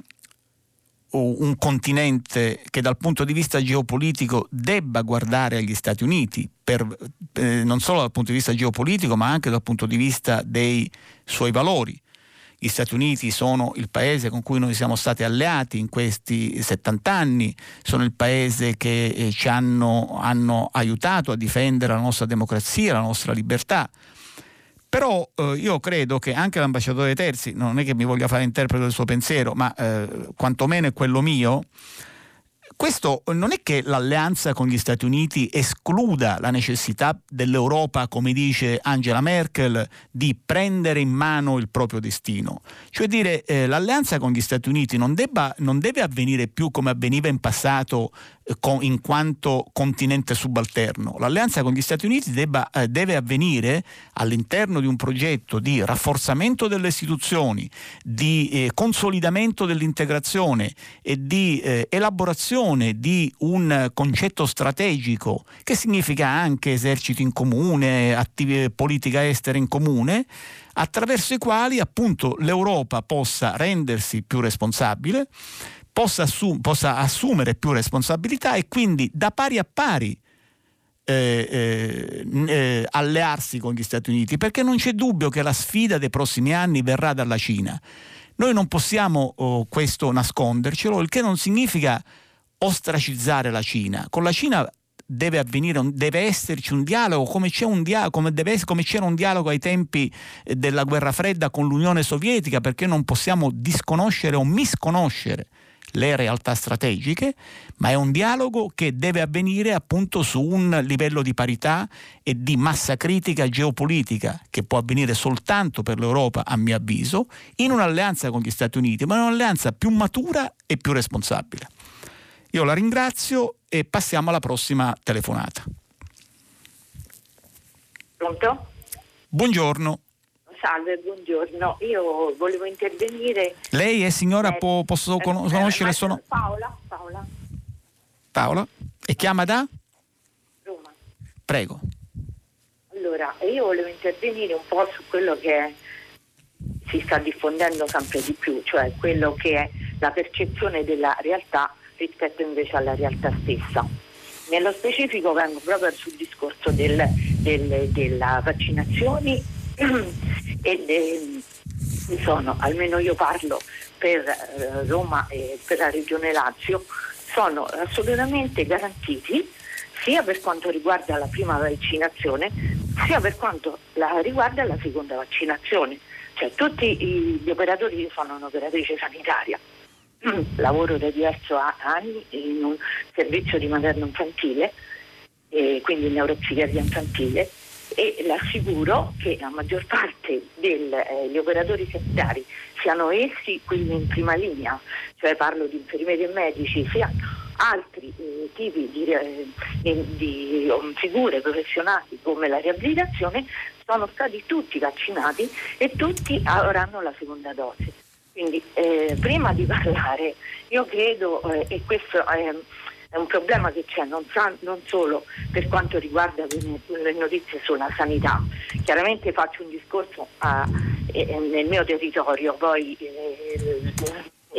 un continente che dal punto di vista geopolitico debba guardare agli Stati Uniti, per, eh, non solo dal punto di vista geopolitico ma anche dal punto di vista dei suoi valori. Gli Stati Uniti sono il paese con cui noi siamo stati alleati in questi settanta anni, sono il paese che eh, ci hanno, hanno aiutato a difendere la nostra democrazia, la nostra libertà. Però eh, io credo che anche l'ambasciatore Terzi, non è che mi voglia fare interprete del suo pensiero, ma eh, quantomeno è quello mio, questo non è che l'alleanza con gli Stati Uniti escluda la necessità dell'Europa, come dice Angela Merkel, di prendere in mano il proprio destino. Cioè dire, eh, l'alleanza con gli Stati Uniti non, debba, non deve avvenire più come avveniva in passato eh, con, in quanto continente subalterno. L'alleanza con gli Stati Uniti debba, eh, deve avvenire all'interno di un progetto di rafforzamento delle istituzioni, di eh, consolidamento dell'integrazione e di eh, elaborazione di un concetto strategico che significa anche eserciti in comune, attiv- politica estera in comune, attraverso i quali appunto l'Europa possa rendersi più responsabile, possa, assum- possa assumere più responsabilità e quindi da pari a pari eh, eh, eh, allearsi con gli Stati Uniti, perché non c'è dubbio che la sfida dei prossimi anni verrà dalla Cina. Noi non possiamo oh, questo nascondercelo, il che non significa ostracizzare la Cina. Con la Cina deve avvenire, deve esserci un dialogo, come c'è un dialogo, come, deve, come c'era un dialogo ai tempi della guerra fredda con l'Unione Sovietica, perché non possiamo disconoscere o misconoscere le realtà strategiche, ma è un dialogo che deve avvenire appunto su un livello di parità e di massa critica geopolitica, che può avvenire soltanto per l'Europa, a mio avviso, in un'alleanza con gli Stati Uniti, ma in un'alleanza più matura e più responsabile. Io la ringrazio e passiamo alla prossima telefonata. Pronto? Buongiorno. Salve, buongiorno. Io volevo intervenire. Lei è signora, eh, po- posso eh, con- conoscere eh, sono... Paola, Paola. Paola? E chiama da? Roma. Prego. Allora, io volevo intervenire un po' su quello che si sta diffondendo sempre di più, cioè quello che è la percezione della realtà rispetto invece alla realtà stessa. Nello specifico vengo proprio sul discorso del, del, della vaccinazioni e de, sono, almeno io parlo per eh, Roma e per la regione Lazio, sono assolutamente garantiti sia per quanto riguarda la prima vaccinazione sia per quanto la, riguarda la seconda vaccinazione. Cioè tutti gli operatori, io sono un'operatrice sanitaria, lavoro da diversi anni in un servizio di materno infantile, e quindi in neuropsichiatria infantile, e le assicuro che la maggior parte degli eh, operatori sanitari, siano essi quelli in prima linea, cioè parlo di infermieri e medici, sia altri eh, tipi di, eh, di, di um, figure professionali come la riabilitazione, sono stati tutti vaccinati e tutti avranno la seconda dose. Quindi eh, prima di parlare, io credo, eh, e questo è, è un problema che c'è non, sa, non solo per quanto riguarda le notizie sulla sanità, chiaramente faccio un discorso a, eh, nel mio territorio, poi eh, eh,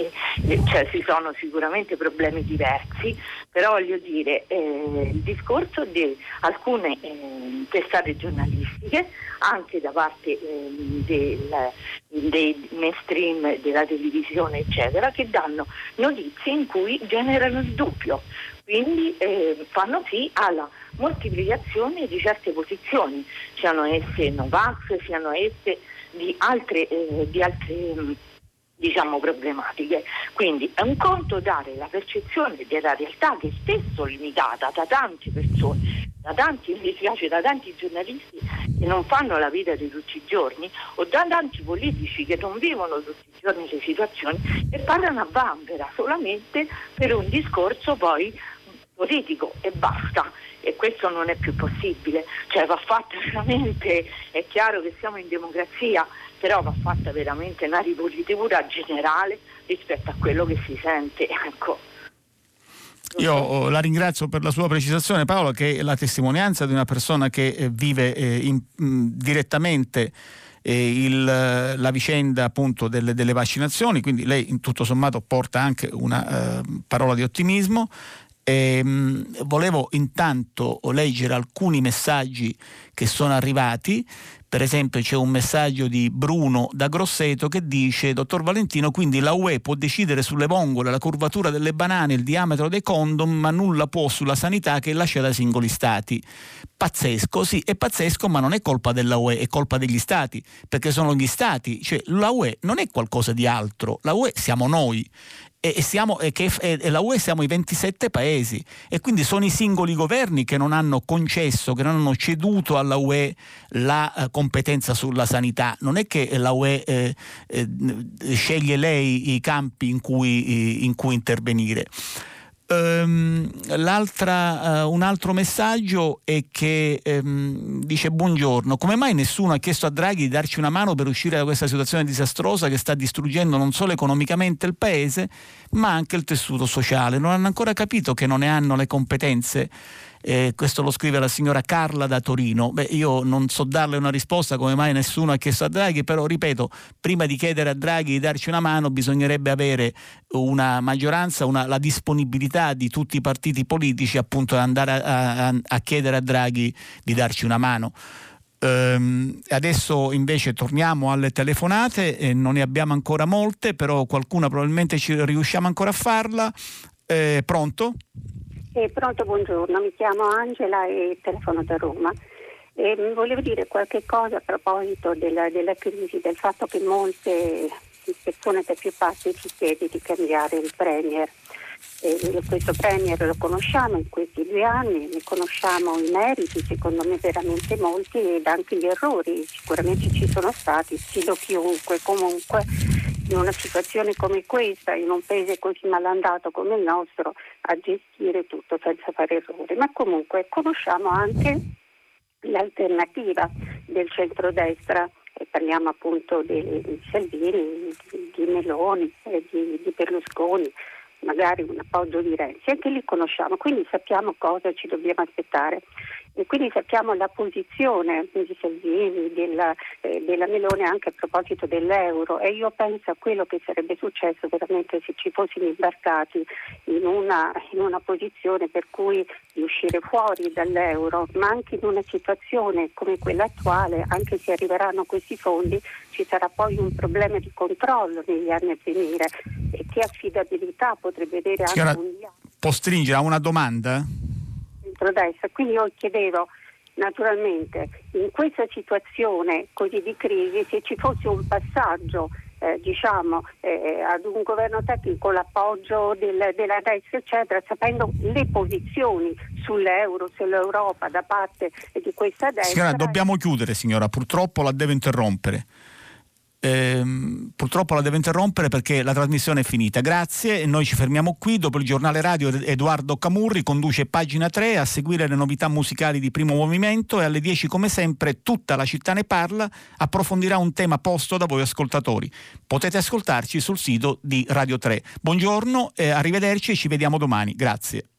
eh, cioè ci sono sicuramente problemi diversi, però voglio dire, eh, il discorso di alcune eh, testate giornalistiche, anche da parte eh, del, dei mainstream della televisione eccetera, che danno notizie in cui generano il dubbio, quindi eh, fanno sì alla moltiplicazione di certe posizioni, siano esse Novax, siano esse di altre, eh, di altre diciamo problematiche. Quindi è un conto dare la percezione della realtà, che è spesso limitata da tante persone, da tanti, mi dispiace, da tanti giornalisti che non fanno la vita di tutti i giorni, o da tanti politici che non vivono tutti i giorni le situazioni e parlano a vanvera solamente per un discorso poi politico e basta. E questo non è più possibile, cioè va fatta veramente, è chiaro che siamo in democrazia, però va fatta veramente una ripolitura generale rispetto a quello che si sente, ecco. Io la ringrazio per la sua precisazione, Paolo, che è la testimonianza di una persona che eh, vive eh, in, mh, direttamente eh, il, la vicenda appunto delle, delle vaccinazioni, quindi lei in tutto sommato porta anche una eh, parola di ottimismo. E, mh, volevo intanto leggere alcuni messaggi che sono arrivati. Per esempio c'è un messaggio di Bruno da Grosseto che dice: dottor Valentino, quindi la U E può decidere sulle vongole, la curvatura delle banane, il diametro dei condom, ma nulla può sulla sanità che è lasciata ai singoli stati. Pazzesco, sì, è pazzesco, ma non è colpa della U E, è colpa degli stati, perché sono gli stati, cioè la U E non è qualcosa di altro, la U E siamo noi. E, siamo, e, che, e la U E siamo i ventisette paesi, e quindi sono i singoli governi che non hanno concesso, che non hanno ceduto alla U E la uh, competenza sulla sanità. Non è che la U E eh, eh, sceglie lei i campi in cui, in cui intervenire. Um, l'altra, uh, un altro messaggio è che um, dice: buongiorno, come mai nessuno ha chiesto a Draghi di darci una mano per uscire da questa situazione disastrosa che sta distruggendo non solo economicamente il paese ma anche il tessuto sociale? Non hanno ancora capito che non ne hanno le competenze? Eh, questo lo scrive la signora Carla da Torino. Beh, io non so darle una risposta come mai nessuno ha chiesto a Draghi, però ripeto, prima di chiedere a Draghi di darci una mano bisognerebbe avere una maggioranza, una, la disponibilità di tutti i partiti politici appunto ad andare a, a, a chiedere a Draghi di darci una mano. Ehm, adesso invece torniamo alle telefonate, e non ne abbiamo ancora molte, però qualcuna probabilmente ci riusciamo ancora a farla. Eh, pronto? Eh, pronto, buongiorno, mi chiamo Angela e telefono da Roma. E volevo dire qualche cosa a proposito della, della crisi, del fatto che molte persone da più parti ci chiede di cambiare il Premier. E questo Premier lo conosciamo in questi due anni, ne conosciamo i meriti, secondo me veramente molti, ed anche gli errori, sicuramente ci sono stati, sfido chiunque comunque in una situazione come questa, in un paese così malandato come il nostro, a gestire tutto senza fare errori. Ma comunque conosciamo anche l'alternativa del centrodestra, e parliamo appunto di Salvini, di, di Meloni, eh, di, di Berlusconi, magari un appoggio di Renzi, anche lì conosciamo, quindi sappiamo cosa ci dobbiamo aspettare. E quindi sappiamo la posizione di Salvini, della, eh, della Meloni anche a proposito dell'euro, e io penso a quello che sarebbe successo veramente se ci fossimo imbarcati in una, in una posizione per cui di uscire fuori dall'euro, ma anche in una situazione come quella attuale, anche se arriveranno questi fondi, ci sarà poi un problema di controllo negli anni a venire, e che affidabilità potrebbe avere anche Signora, un viaggio. Può stringere a una domanda? Adesso. Quindi io chiedevo naturalmente in questa situazione così di crisi se ci fosse un passaggio eh, diciamo eh, ad un governo tecnico, l'appoggio del, della destra eccetera, sapendo le posizioni sull'euro, sull'Europa da parte di questa destra. Signora, dobbiamo chiudere, signora, purtroppo la devo interrompere. Ehm, purtroppo la devo interrompere perché la trasmissione è finita. Grazie, e noi ci fermiamo qui. Dopo il giornale radio Edoardo Camurri conduce Pagina tre, a seguire le novità musicali di Primo Movimento, e alle dieci come sempre Tutta la città ne parla approfondirà un tema posto da voi ascoltatori. Potete ascoltarci sul sito di Radio tre. Buongiorno, eh, arrivederci e ci vediamo domani. Grazie.